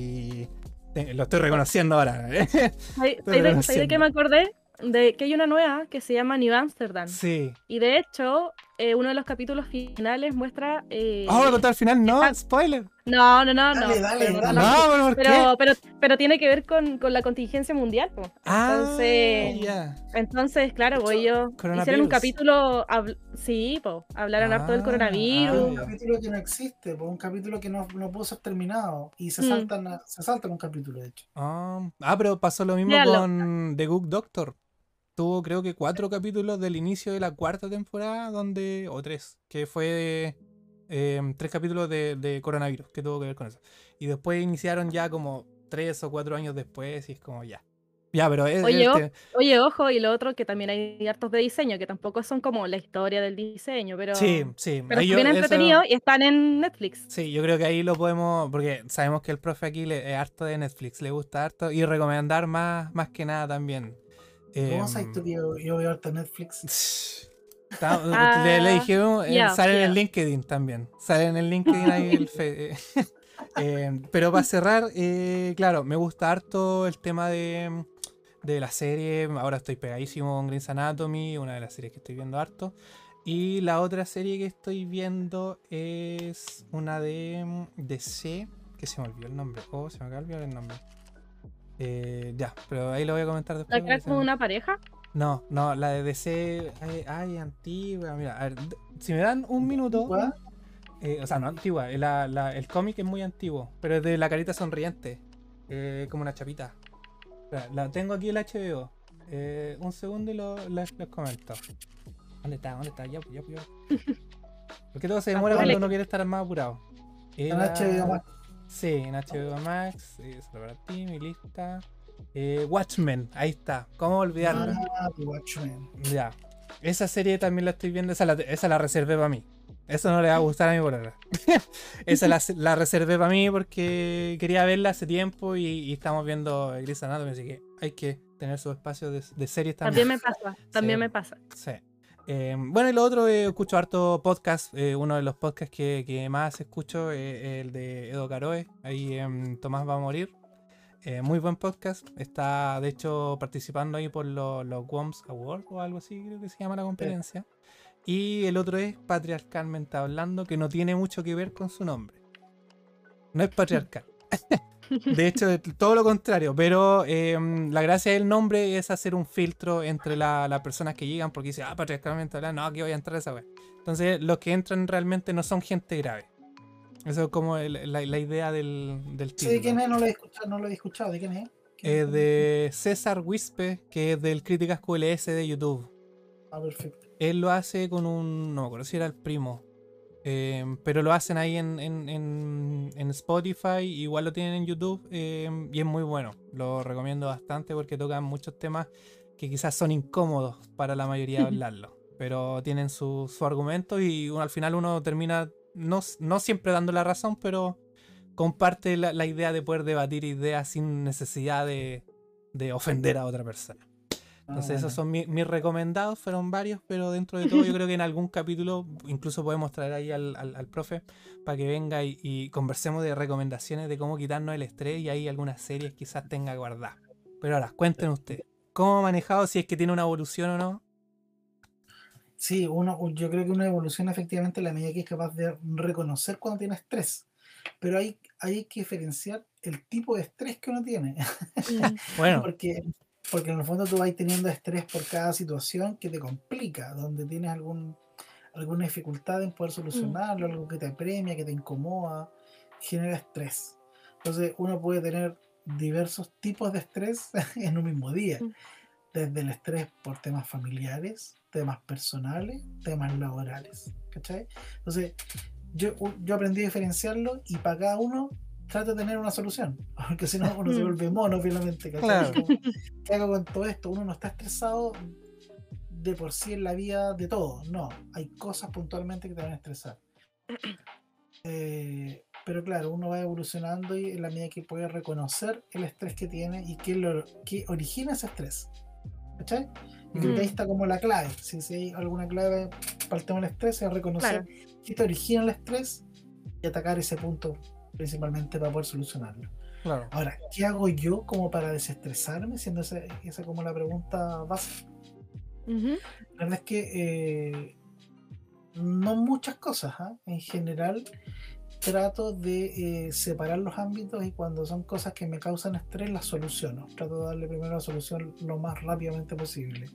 Y te- lo estoy reconociendo ahora. ¿eh? ¿Sabes Estoy de, sabes de qué reconociendo. me acordé? De que hay una nueva que se llama New Amsterdam. Sí. Y de hecho, eh, uno de los capítulos finales muestra. Ah, voy a eh, contar al final, que no, están- spoiler. No, no, no, no. Dale, dale, pero no dale. tan así. No, pero ¿por qué? Pero, pero, pero tiene que ver con, con la contingencia mundial, po. Ah, Entonces, ya. entonces, claro, De pues hecho, ellos hicieron un Coronavirus. capítulo, habl- sí, po, hablaron harto del Ah, hay ah, coronavirus. un ya. capítulo que no existe, pues, un capítulo que no, no pudo ser terminado y se Mm, saltan, a- se saltan un capítulo, de hecho. Ah, ah, pero pasó lo mismo Véanlo. con The Good Doctor. Tuvo creo que cuatro capítulos del inicio de la cuarta temporada, donde, o tres, que fue eh, tres capítulos de, de coronavirus, que tuvo que ver con eso. Y después iniciaron ya como tres o cuatro años después y es como ya. Ya, pero es, Oye, o- este, oye, ojo, y lo otro que también hay hartos de diseño, que tampoco son como la historia del diseño, sí, pero, sí, pero ahí son yo, bien eso, entretenidos y están en Netflix. sí, yo creo que ahí lo podemos, porque sabemos que el profe aquí le, es harto de Netflix, le gusta harto, y recomendar más, más que nada también. ¿Cómo sabes Em, tú que yo, yo veo harto Netflix? Ta- le, le Ah, dijimos, eh, ya, sale en el ya. LinkedIn también. Sale en el LinkedIn ahí el fe- eh, pero para cerrar, eh, claro, me gusta harto el tema de, de la serie. Ahora estoy pegadísimo con Grey's Anatomy, una de las series que estoy viendo harto. Y la otra serie que estoy viendo es una de mm, D C, que se me olvidó el nombre. Oh, se me acaba de olvidar el nombre. Eh, ya, pero ahí lo voy a comentar después. ¿La que porque era se como me- una pareja? no, no, la de D C, ay, ay, antigua, mira, a ver, d- si me dan un minuto, ¿Cuál? Eh, o sea, no antigua, eh, la- la- el cómic es muy antiguo, pero es de La Carita Sonriente, eh, como una chapita. Espera, la tengo aquí el H B O. Eh, un segundo y lo, les, les comento. ¿Dónde está? ¿Dónde está? Ya, pues, ya, pues, ya. Porque todo se demora Dale. cuando uno quiere estar más apurado. En H B O Max. Sí, en H B O Max. Eh, solo para ti, mi lista. Eh, Watchmen, ahí está. ¿Cómo olvidarlo? Ah, The Watchmen. Ya. Esa serie también la estoy viendo. Esa la, esa la reservé para mí. Eso no le va a gustar a mi polola. Esa la, la reservé para mí porque quería verla hace tiempo y, y estamos viendo Grey's Anatomy, así que hay que tener su espacio de, de series también. También me pasa, también Sí. me pasa. Sí. Eh, bueno, y lo otro, eh, escucho harto podcast. Eh, uno de los podcasts que, que más escucho es el de Edo Caroe. Ahí en Tomás va a morir. Eh, muy buen podcast. Está, de hecho, participando ahí por los, los W O M S Awards o algo así, creo que se llama la competencia. Y el otro es Patriarcalmente Hablando, que no tiene mucho que ver con su nombre. No es patriarcal. De hecho, es todo lo contrario. Pero eh, la gracia del nombre es hacer un filtro entre la- las personas que llegan, porque dice, ah, patriarcalmente hablando, no, aquí voy a entrar a esa wea. Entonces, los que entran realmente no son gente grave. Eso es como el- la, la idea del, del Sí, ¿de quién título. es? No lo he escuchado, no lo he escuchado. ¿De quién es? ¿Quién Es de César Wispe, que es del Críticas Q L S de YouTube. Ah, perfecto. Él lo hace con un, no me acuerdo si era el primo, eh, pero lo hacen ahí en, en, en, en Spotify, igual lo tienen en YouTube, eh, y es muy bueno. Lo recomiendo bastante porque tocan muchos temas que quizás son incómodos para la mayoría de hablarlo, pero tienen su, su argumento y uno, al final uno termina no, no siempre dando la razón, pero comparte la, la idea de poder debatir ideas sin necesidad de, de ofender a otra persona. Entonces, Ah, esos bueno. son mi- mis recomendados, fueron varios, pero dentro de todo yo creo que en algún capítulo incluso podemos traer ahí al, al, al profe para que venga y, y conversemos de recomendaciones de cómo quitarnos el estrés y ahí algunas series quizás tenga guardadas. Pero ahora, cuenten ustedes, ¿cómo ha manejado, si es que tiene una evolución o no? Sí, uno, yo creo que uno evoluciona efectivamente en la medida que es capaz de reconocer cuando tiene estrés. Pero hay, hay que diferenciar el tipo de estrés que uno tiene. Mm, Bueno, Porque, porque en el fondo tú vas teniendo estrés por cada situación que te complica, donde tienes algún, alguna dificultad en poder mm, solucionarlo, algo que te apremia, que te incomoda, genera estrés. Entonces uno puede tener diversos tipos de estrés en un mismo día, mm. desde el estrés por temas familiares, temas personales, temas laborales. ¿Cachai? Entonces yo, yo aprendí a diferenciarlo y para cada uno trato de tener una solución, porque si no uno se Mm. vuelve mono finalmente. ¿Cachai? claro, Como, ¿qué hago con todo esto? Uno no está estresado de por sí en la vida de todo, no, hay cosas puntualmente que te van a estresar. Eh, pero claro, uno va evolucionando y en la medida que puede reconocer el estrés que tiene y qué, lo, qué origina ese estrés. ¿Cachai? Y creo que ahí Mm. está como la clave. Si, si hay alguna clave para el tema del estrés, es reconocer Claro. qué te origina el estrés y atacar ese punto principalmente para poder solucionarlo. claro. Ahora, ¿qué hago yo como para desestresarme? Siendo esa, esa como la pregunta básica. Ujú. La verdad es que eh, no muchas cosas, ¿ah? En general trato de eh, separar los ámbitos y cuando son cosas que me causan estrés las soluciono. Trato de darle primero la solución lo más rápidamente posible.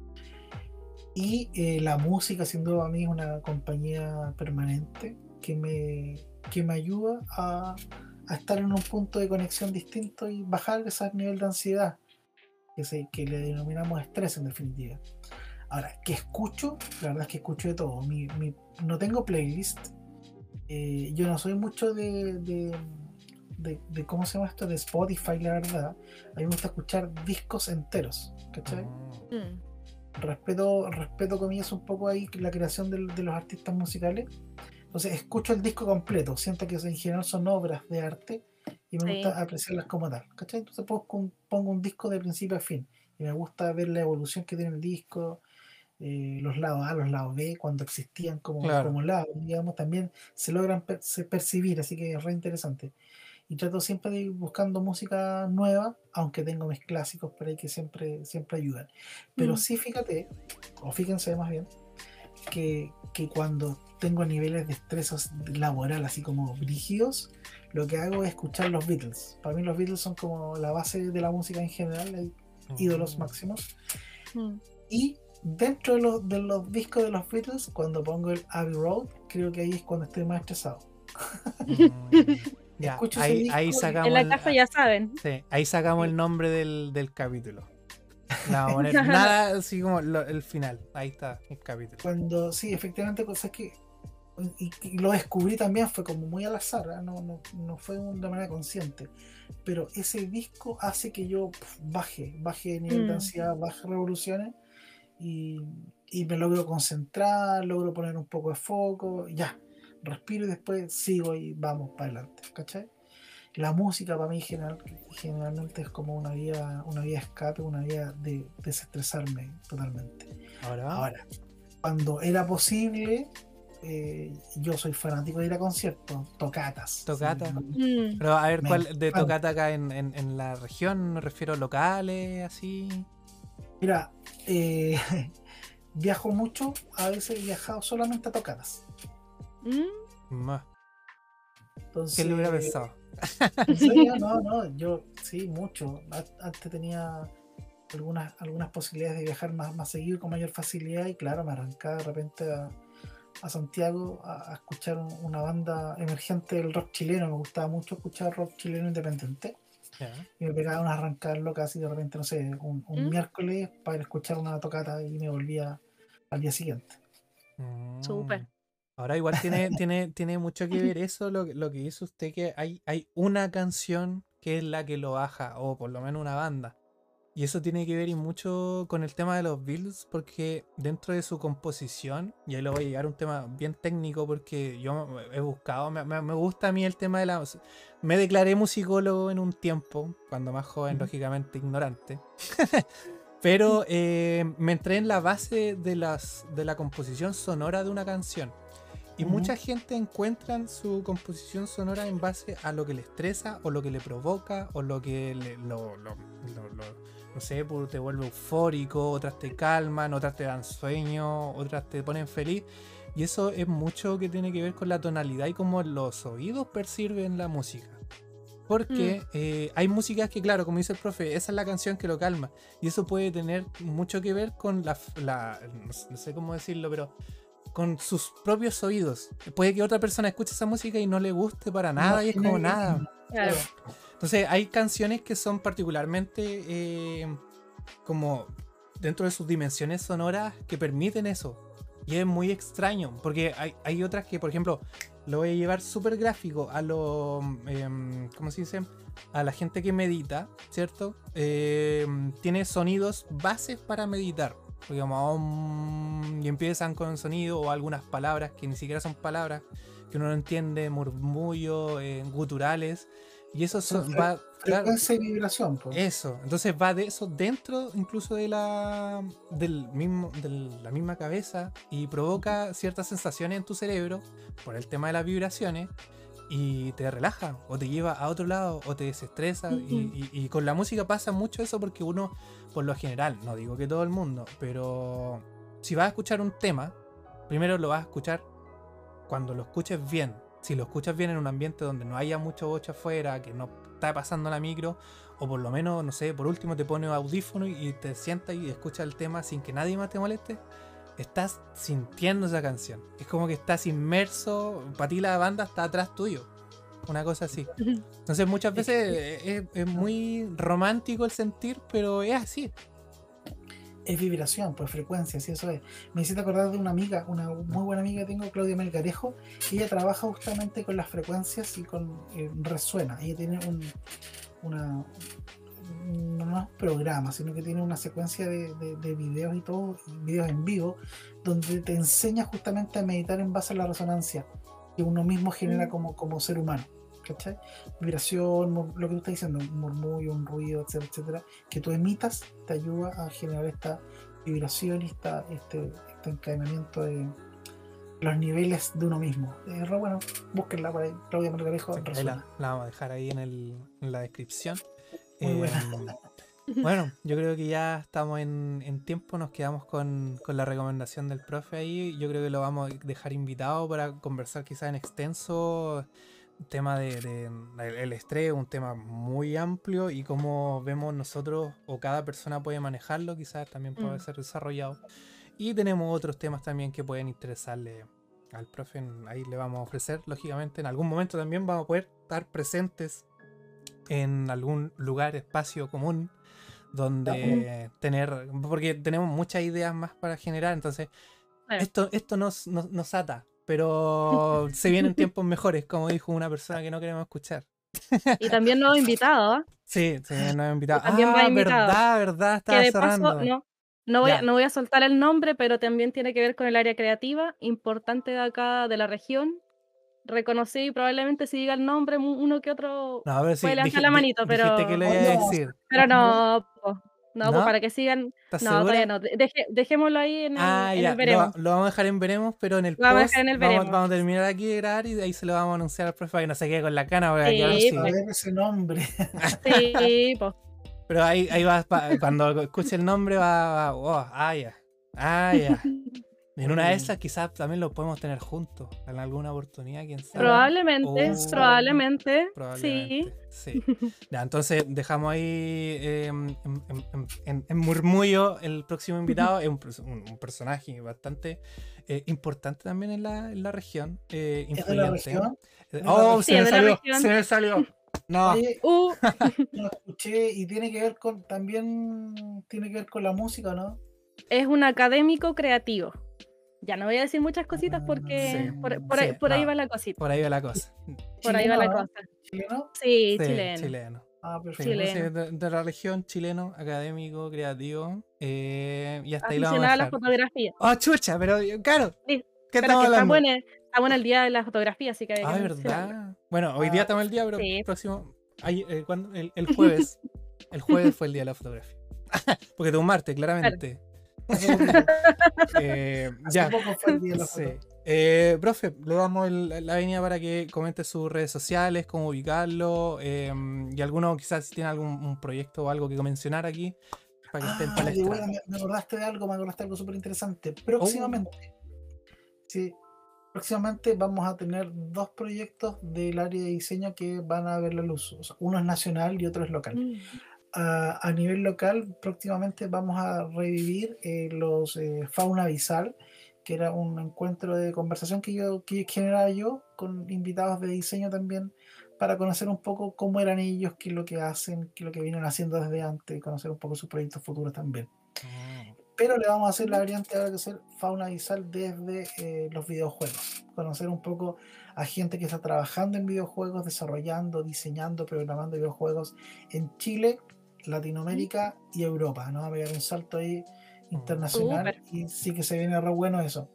Y eh, la música sin duda a mí es una compañía permanente que me, que me ayuda a, a estar en un punto de conexión distinto y bajar ese nivel de ansiedad que, se, que le denominamos estrés en definitiva. Ahora, ¿qué escucho? La verdad es que escucho de todo. Mi, mi, no tengo playlist. Eh, yo no soy mucho de, de, de, de, ¿cómo se llama esto? De Spotify, la verdad. A mí me gusta escuchar discos enteros, ¿cachai? Mm. Mm. Respeto, respeto comillas un poco ahí la creación de, de los artistas musicales. Entonces escucho el disco completo. Siento que en general son obras de arte y me Sí. gusta apreciarlas como tal, ¿cachai? Entonces pongo, pongo un disco de principio a fin y me gusta ver la evolución que tiene el disco. Eh, los lados A, los lados B, cuando existían como, Claro. como lados, digamos, también se logran per se percibir, así que es re interesante. Y trato siempre de ir buscando música nueva, aunque tengo mis clásicos por ahí que siempre, siempre ayudan. Pero Mm. sí, fíjate, o fíjense más bien, que, que cuando tengo niveles de estrés laboral así como brígidos, lo que hago es escuchar los Beatles. Para mí los Beatles son como la base de la música en general, hay ídolos Mm. máximos. Mm. Y dentro de los, de los discos de los Beatles, cuando pongo el Abbey Road, creo que ahí es cuando estoy más estresado. Mm, ya, Escucho ese ahí, disco ahí y- En sacamos la el, casa ah, ya saben. sí, ahí sacamos el Sí. nombre del, del capítulo. No vamos a poner nada así como lo- el final. Ahí está el capítulo. Cuando, sí, efectivamente, cosas que. Y, y lo descubrí también, fue como muy al azar, ¿eh? no, no, no fue de manera consciente. Pero ese disco hace que yo pf, baje, baje de nivel de Mm. ansiedad, baje revoluciones y, y me logro concentrar, logro poner un poco de foco, ya, respiro y después sigo y vamos para adelante, ¿cachai? La música para mí general, generalmente es como una vía, una vía de escape, una vía de desestresarme totalmente. Ahora, Ahora, cuando era posible, eh, yo soy fanático de ir a conciertos, tocatas. Tocata. Sí, Mm. Pero a ver, me ¿cuál de encanta. tocata acá en, en, en la región? Me refiero a locales, así. Mira, eh, viajo mucho, a veces he viajado solamente a tocatas. Mm. Ma, Entonces, ¿Quién lo hubiera pensado? ¿en serio? No, no, yo sí, mucho. A- Antes tenía algunas, algunas posibilidades de viajar más, más seguido y con mayor facilidad y claro, me arrancaba de repente a, a Santiago a, a escuchar un- una banda emergente del rock chileno. Me gustaba mucho escuchar rock chileno independiente Ya. y me pegaba unas arrancadas locas y de repente, no sé, un, un Mm. miércoles para ir a escuchar una tocata y me volvía al día siguiente. Súper. Mm. Ahora igual tiene, tiene, tiene mucho que ver eso, lo, que- lo que dice usted, que hay, hay una canción que es la que lo baja, o por lo menos una banda. Y eso tiene que ver y mucho con el tema de los Beatles, porque dentro de su composición, y ahí lo voy a llegar a un tema bien técnico, porque yo he buscado, me, me- me gusta a mí el tema de la... Me declaré musicólogo en un tiempo, cuando más joven, Ujú. lógicamente ignorante. Pero eh, me entré en la base de, las, de la composición sonora de una canción. Y Ujú. mucha gente encuentra su composición sonora en base a lo que le estresa o lo que le provoca o lo que le, lo, lo- lo- lo- no sé, pues, te vuelve eufórico, otras te calman, otras te dan sueño, otras te ponen feliz. Y eso es mucho que tiene que ver con la tonalidad y cómo los oídos perciben la música. Porque eh, hay músicas que, claro, como dice el profe, esa es la canción que lo calma. Y eso puede tener mucho que ver con la, la no sé- no sé cómo decirlo, pero con sus propios oídos. Puede que otra persona escuche esa música y no le guste para No nada y es como genere lo nada. mismo, Claro. claro. Entonces hay canciones que son particularmente eh, como dentro de sus dimensiones sonoras que permiten eso. Y es muy extraño, porque hay, hay otras que, por ejemplo, lo voy a llevar súper gráfico a lo... em, ¿cómo se dice? A la gente que medita, ¿cierto? Em, tiene sonidos bases para meditar. Porque como om, y empiezan con sonido o algunas palabras que ni siquiera son palabras, que uno no entiende, murmullos, eh, guturales. Y eso Son son, fre- va, claro, frecuencia y vibración, pues. eso, entonces va de eso dentro incluso de la del mismo de la misma cabeza y provoca ciertas sensaciones en tu cerebro por el tema de las vibraciones y te relaja o te lleva a otro lado o te desestresa y, y- y con la música pasa mucho eso porque uno por lo general, no digo que todo el mundo, pero si vas a escuchar un tema, primero lo vas a escuchar cuando lo escuches bien. Si lo escuchas bien en un ambiente donde no haya mucho boche afuera, que no está pasando la micro, o por lo menos, no sé, por último te pones audífono y te sientas y escuchas el tema sin que nadie más te moleste, estás sintiendo esa canción. Es como que estás inmerso, para ti la banda está atrás tuyo. Una cosa así. Entonces muchas Es veces que es, es muy romántico el sentir, pero es así. es vibración, pues frecuencia, sí, eso es. Me hiciste acordar de una amiga, una muy buena amiga que tengo, Claudia Melgarejo, y ella trabaja justamente con las frecuencias y con eh, resuena. Ella tiene un, una, no no es un programa, sino que tiene una secuencia de, de, de videos y todo, videos en vivo, donde te enseña justamente a meditar en base a la resonancia que uno mismo genera Mm. como, como ser humano. ¿Cachai? Vibración, mur- lo que tú estás diciendo, un murmullo, un ruido, etcétera, etcétera, que tú emitas te ayuda a generar esta vibración y esta, este, este encadenamiento de los niveles de uno mismo. Eh, re bueno, búsquenla por ahí, Claudia Melgarejo, Sí, ahí resuena. la, la vamos a dejar ahí en, el, en la descripción. Muy buena. Em, Bueno, yo creo que ya estamos en, en tiempo, nos quedamos con, con la recomendación del profe ahí. Yo creo que lo vamos a dejar invitado para conversar quizás en extenso tema de, de- de- el estrés es un tema muy amplio y cómo vemos nosotros o cada persona puede manejarlo, quizás también puede Mm. ser desarrollado. Y tenemos otros temas también que pueden interesarle al profe. Ahí le vamos a ofrecer, lógicamente, en algún momento también vamos a poder estar presentes en algún lugar, espacio común, donde tener, porque tenemos muchas ideas más para generar, entonces Claro. esto, esto nos, nos, nos ata, pero se vienen tiempos mejores, como dijo una persona que no queremos escuchar. Y también nuevo invitado, ¿ah? Sí, sí, nos han invitado. Y también va Ah, invitado. verdad, verdad, Que estaba de paso, cerrando. no, no voy a, Ya. no voy a soltar el nombre, pero también tiene que ver con el área creativa, importante de acá, de la región. Reconocí y probablemente si diga el nombre, mu- uno que otro No, a ver si puede levantar dije- la di- manito, dijiste que pero, lo iba a Oye, vamos a decir. hacer pero un nombre. no, po. No, pues ¿No? para que sigan. ¿Estás No, todavía segura? no. de- deje- dejémoslo ahí en el, Ah, en el ya, lo, veremos. lo vamos a dejar en veremos, pero en el Lo vamos a dejar post en el vamos, veremos. vamos a terminar aquí de grabar y de ahí se lo vamos a anunciar al profe para que no se quede con la cana, porque aquí ahora Sí, sí. A pues. ver ese nombre. Sí, pues. Pero ahí, ahí va, pa- cuando escuche el nombre va, va oh, ah, ya, ah, ya. Y en una de esas quizás también lo podemos tener juntos, en alguna oportunidad, quién sabe. Probablemente, Oh, probablemente, sí. Probablemente, sí. Ya, entonces dejamos ahí eh, en, en- en- en murmullo el próximo invitado. Es un, pers- un- un personaje bastante eh, importante también en la, en la región. eh, ¿Es de la influyente. región? Eh, ¿Es de la ¡Oh! región? Se Sí, me es de la salió, región. se me salió. No. Oye, Uh, lo escuché y tiene que ver con, también tiene que ver con la música, ¿no? es un académico creativo. Ya no voy a decir muchas cositas porque Sí, por, por ahí, sí, por ahí no, va la cosita. por ahí va la cosa. Por ahí va la ¿Chileno, no? cosa. ¿Chileno? Sí, Sí, chileno. chileno. Ah, Sí, perfecto. pues, Chileno. sí, de, de la región, chileno, académico, creativo. eh, y hasta ahí lo vamos a Aficionada a la dejar. fotografía. ¡Oh, chucha! Pero, claro, Sí, ¿qué pero estamos que está hablando? bueno, está bueno el día de la fotografía, así que hay que Ah, mencionarlo. ¿verdad? Bueno, hoy día Ah, estamos el día, pero Sí. próximo. ay, eh, ¿cuándo? El, el jueves. El jueves fue el día de la fotografía. Porque de un martes, claramente. Hace poquito. Eh, Hace ya. poco fue el día de la Sí. foto. Eh, profe, le damos el- la avenida para que comente sus redes sociales, cómo ubicarlo, eh, y alguno quizás si tiene algún un proyecto o algo que mencionar aquí, para que esté en Ah, de palestra. buena, me, me acordaste de algo, me acordaste de algo súper interesante. Próximamente, sí, próximamente vamos a tener dos proyectos del área de diseño que van a ver la luz. O sea, uno es nacional y otro es local. Mm. A, a nivel local, próximamente vamos a revivir eh, los eh, Fauna Visal, que era un encuentro de conversación que yo que generaba yo con invitados de diseño también, para conocer un poco cómo eran ellos, qué es lo que hacen, qué es lo que vienen haciendo desde antes, conocer un poco sus proyectos futuros también. Mm. Pero le vamos a hacer la variante ahora que ser Fauna Visal desde eh, los videojuegos. Conocer un poco a gente que está trabajando en videojuegos, desarrollando, diseñando, programando videojuegos en Chile, Latinoamérica y Europa, ¿no? Va a haber un salto ahí internacional. Súper. Y sí que se viene re bueno eso.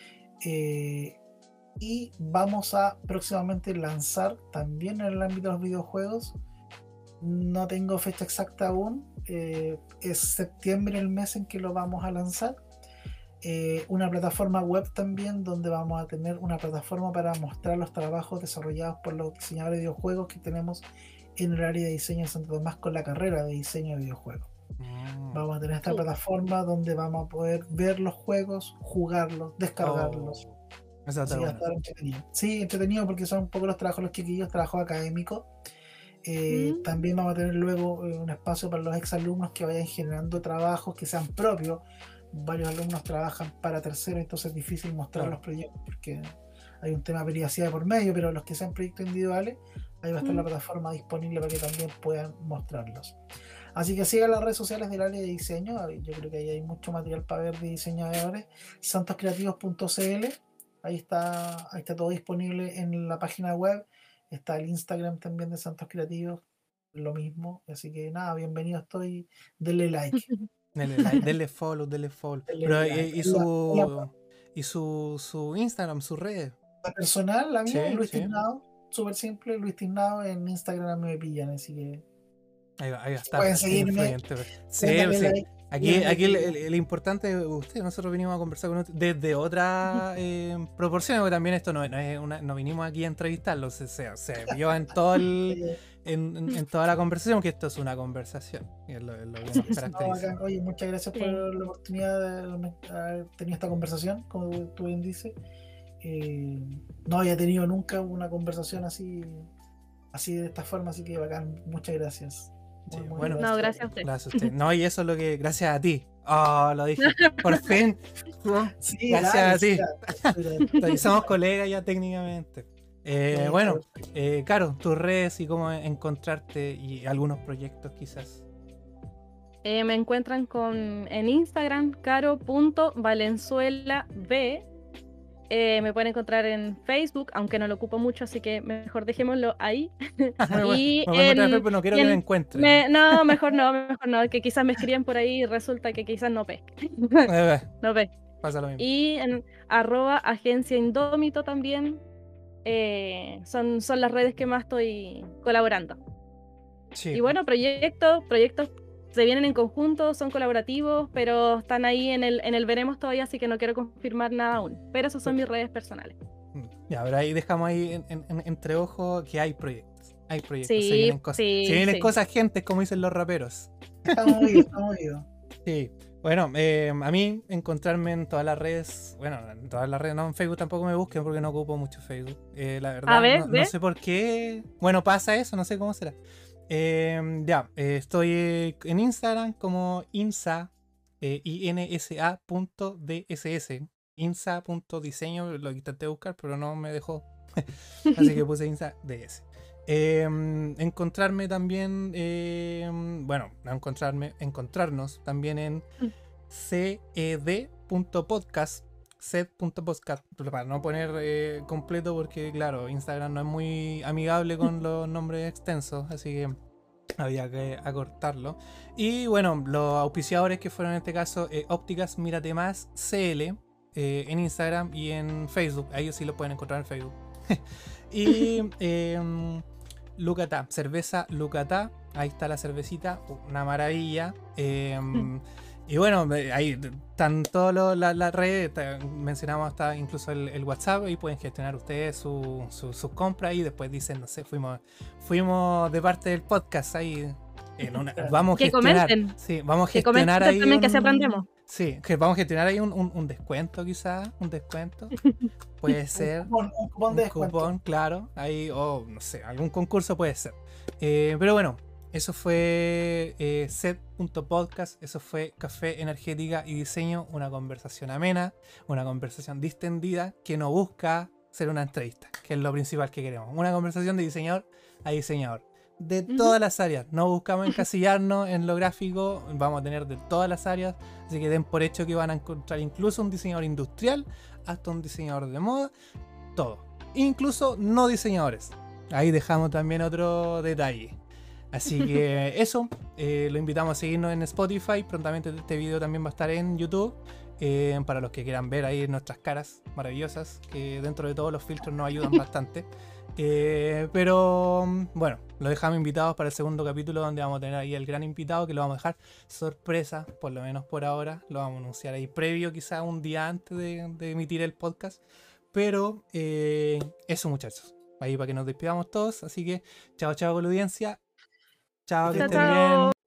Eh, y vamos a próximamente lanzar también en el ámbito de los videojuegos. No tengo fecha exacta aún. eh, es septiembre el mes en que lo vamos a lanzar. Eh, una plataforma web también, donde vamos a tener una plataforma para mostrar los trabajos desarrollados por los diseñadores de videojuegos que tenemos en el área de diseño de Santo Tomás con la carrera de diseño de videojuegos. Mm. Vamos a tener esta Sí. plataforma donde vamos a poder ver los juegos, jugarlos, descargarlos. Oh, eso está Así que va a bueno. estar entretenido. Sí, entretenido porque son un poco los trabajos de los chiquillos, trabajos académicos. Eh, Mm. También vamos a tener luego eh, un espacio para los exalumnos que vayan generando trabajos que sean propios. Varios alumnos trabajan para terceros, entonces es difícil mostrar Claro. los proyectos porque hay un tema de privacidad por medio, pero los que sean proyectos individuales, ahí va a estar Mm. la plataforma disponible para que también puedan mostrarlos. Así que sigan las redes sociales del área de diseño. Yo creo que ahí hay mucho material para ver de diseñadores. santos creativos punto c l. Ahí está, ahí está todo disponible en la página web. Está el Instagram también de Santos Creativos, lo mismo. Así que nada, bienvenido estoy. Denle like. Denle like, denle follow, denle follow. Denle Pero, like. ¿y, y La- su, la- y su, su Instagram, sus redes? La personal, la mía, Sí, Luis sí. Tiznado. Súper simple, Luis Tiznado. En Instagram me pillan, así que Ahí va, ahí va, está. pueden es seguirme. influyente. Sí, denle sí. like. Aquí, denle aquí el, like. el- el importante es usted, nosotros vinimos a conversar con usted desde otra eh, proporción, porque también esto no, no es una, no vinimos aquí a entrevistarlo, se, se, se vio en todo el, Eh, en, en- en toda la conversación que esto es una conversación, y es lo, es lo que nos no, caracteriza. bacán. Oye, muchas gracias Sí. por la oportunidad de haber tenido esta conversación, como tú bien dices. eh, no había tenido nunca una conversación así, así de esta forma, así que bacán, muchas gracias. Muy, Sí, muy bueno. No, gracias a usted. Gracias a usted. No, y eso es lo que. Gracias a ti. Oh, lo dije. Por fin. Sí, Gracias dale, a sí, ti. dale, dale. Somos colegas ya técnicamente. Eh, Ya, ya, bueno, perfecto. eh, Caro, tus redes y cómo encontrarte y algunos proyectos quizás. Eh, me encuentran con en Instagram, caro.valenzuelab. Eh, me pueden encontrar en Facebook, aunque no lo ocupo mucho, así que mejor dejémoslo ahí. me, voy- Y me voy a encontrar, en, pero no quiero y que me en- encuentren. me- no, mejor no, mejor no, que quizás me escriban por ahí y resulta que quizás no pesque. Eh, No pesque. pasa lo mismo. Y en arroba agencia indómito también. eh, son, son las redes que más estoy colaborando. Sí. Y bueno, proyectos, proyectos se vienen en conjunto, son colaborativos, pero están ahí en el, en el veremos todavía, así que no quiero confirmar nada aún. Pero esas son mis redes personales. Ya, pero ahí dejamos ahí en, en- en- entre ojos que hay proyectos. Hay proyectos, se Sí, vienen cosas. sí, Se vienen sí. cosas, gente, como dicen los raperos. Estamos oídos, estamos oídos. Sí. Bueno, eh, a mí encontrarme en todas las redes, bueno, en todas las redes, no, en Facebook tampoco me busquen porque no ocupo mucho Facebook. Eh, la verdad, A ver, no, no ¿ve? sé por qué. Bueno, pasa eso, no sé cómo será. Eh, ya, eh, estoy eh, en Instagram como insa, eh, insa punto dss, insa.diseño, lo intenté buscar, pero no me dejó. Así que puse insa ds. Eh, encontrarme también, eh, bueno, no encontrarme, encontrarnos también en ced.podcast, ced.podcast, para no poner eh, completo porque claro, Instagram no es muy amigable con los nombres extensos, así que había que acortarlo. Y bueno, los auspiciadores que fueron en este caso eh, Ópticas Mírate Más C L, eh, en Instagram y en Facebook, a ellos sí lo pueden encontrar en Facebook. Y eh, Lucatá, cerveza Lucatá, ahí está la cervecita, una maravilla. Eh, y bueno, ahí están todas las la redes, mencionamos hasta incluso el, el WhatsApp, y pueden gestionar ustedes sus su, su compras y después dicen, no sé, fuimos, fuimos de parte del podcast ahí. En una, vamos a Que gestionar, comenten. sí, vamos a Que gestionar comenten ahí también, un, que así aprendemos. sí, que vamos a gestionar ahí un, un, un descuento quizás, un descuento. Puede ser. Un cupón, un cupón de Un descuento. cupón, claro. Ahí, o no sé, algún concurso puede ser. Eh, pero bueno, eso fue eh, set.podcast. Eso fue Café Energética y Diseño. Una conversación amena, una conversación distendida que no busca ser una entrevista, que es lo principal que queremos. Una conversación de diseñador a diseñador. De todas las áreas. No buscamos encasillarnos en lo gráfico. Vamos a tener de todas las áreas. Así que den por hecho que van a encontrar incluso un diseñador industrial, hasta un diseñador de moda, todo. Incluso no diseñadores. Ahí dejamos también otro detalle. Así que eso, eh, lo invitamos a seguirnos en Spotify. Prontamente este video también va a estar en YouTube. Eh, para los que quieran ver ahí nuestras caras maravillosas, que dentro de todos los filtros nos ayudan bastante. Eh, pero bueno, lo dejamos invitados para el segundo capítulo, donde vamos a tener ahí el gran invitado, que lo vamos a dejar sorpresa, por lo menos por ahora. Lo vamos a anunciar ahí previo, quizá un día antes de, de emitir el podcast. Pero eh, eso, muchachos, ahí para que nos despidamos todos. Así que chao, chao con la audiencia. Chao, que Chao, estén chao. bien.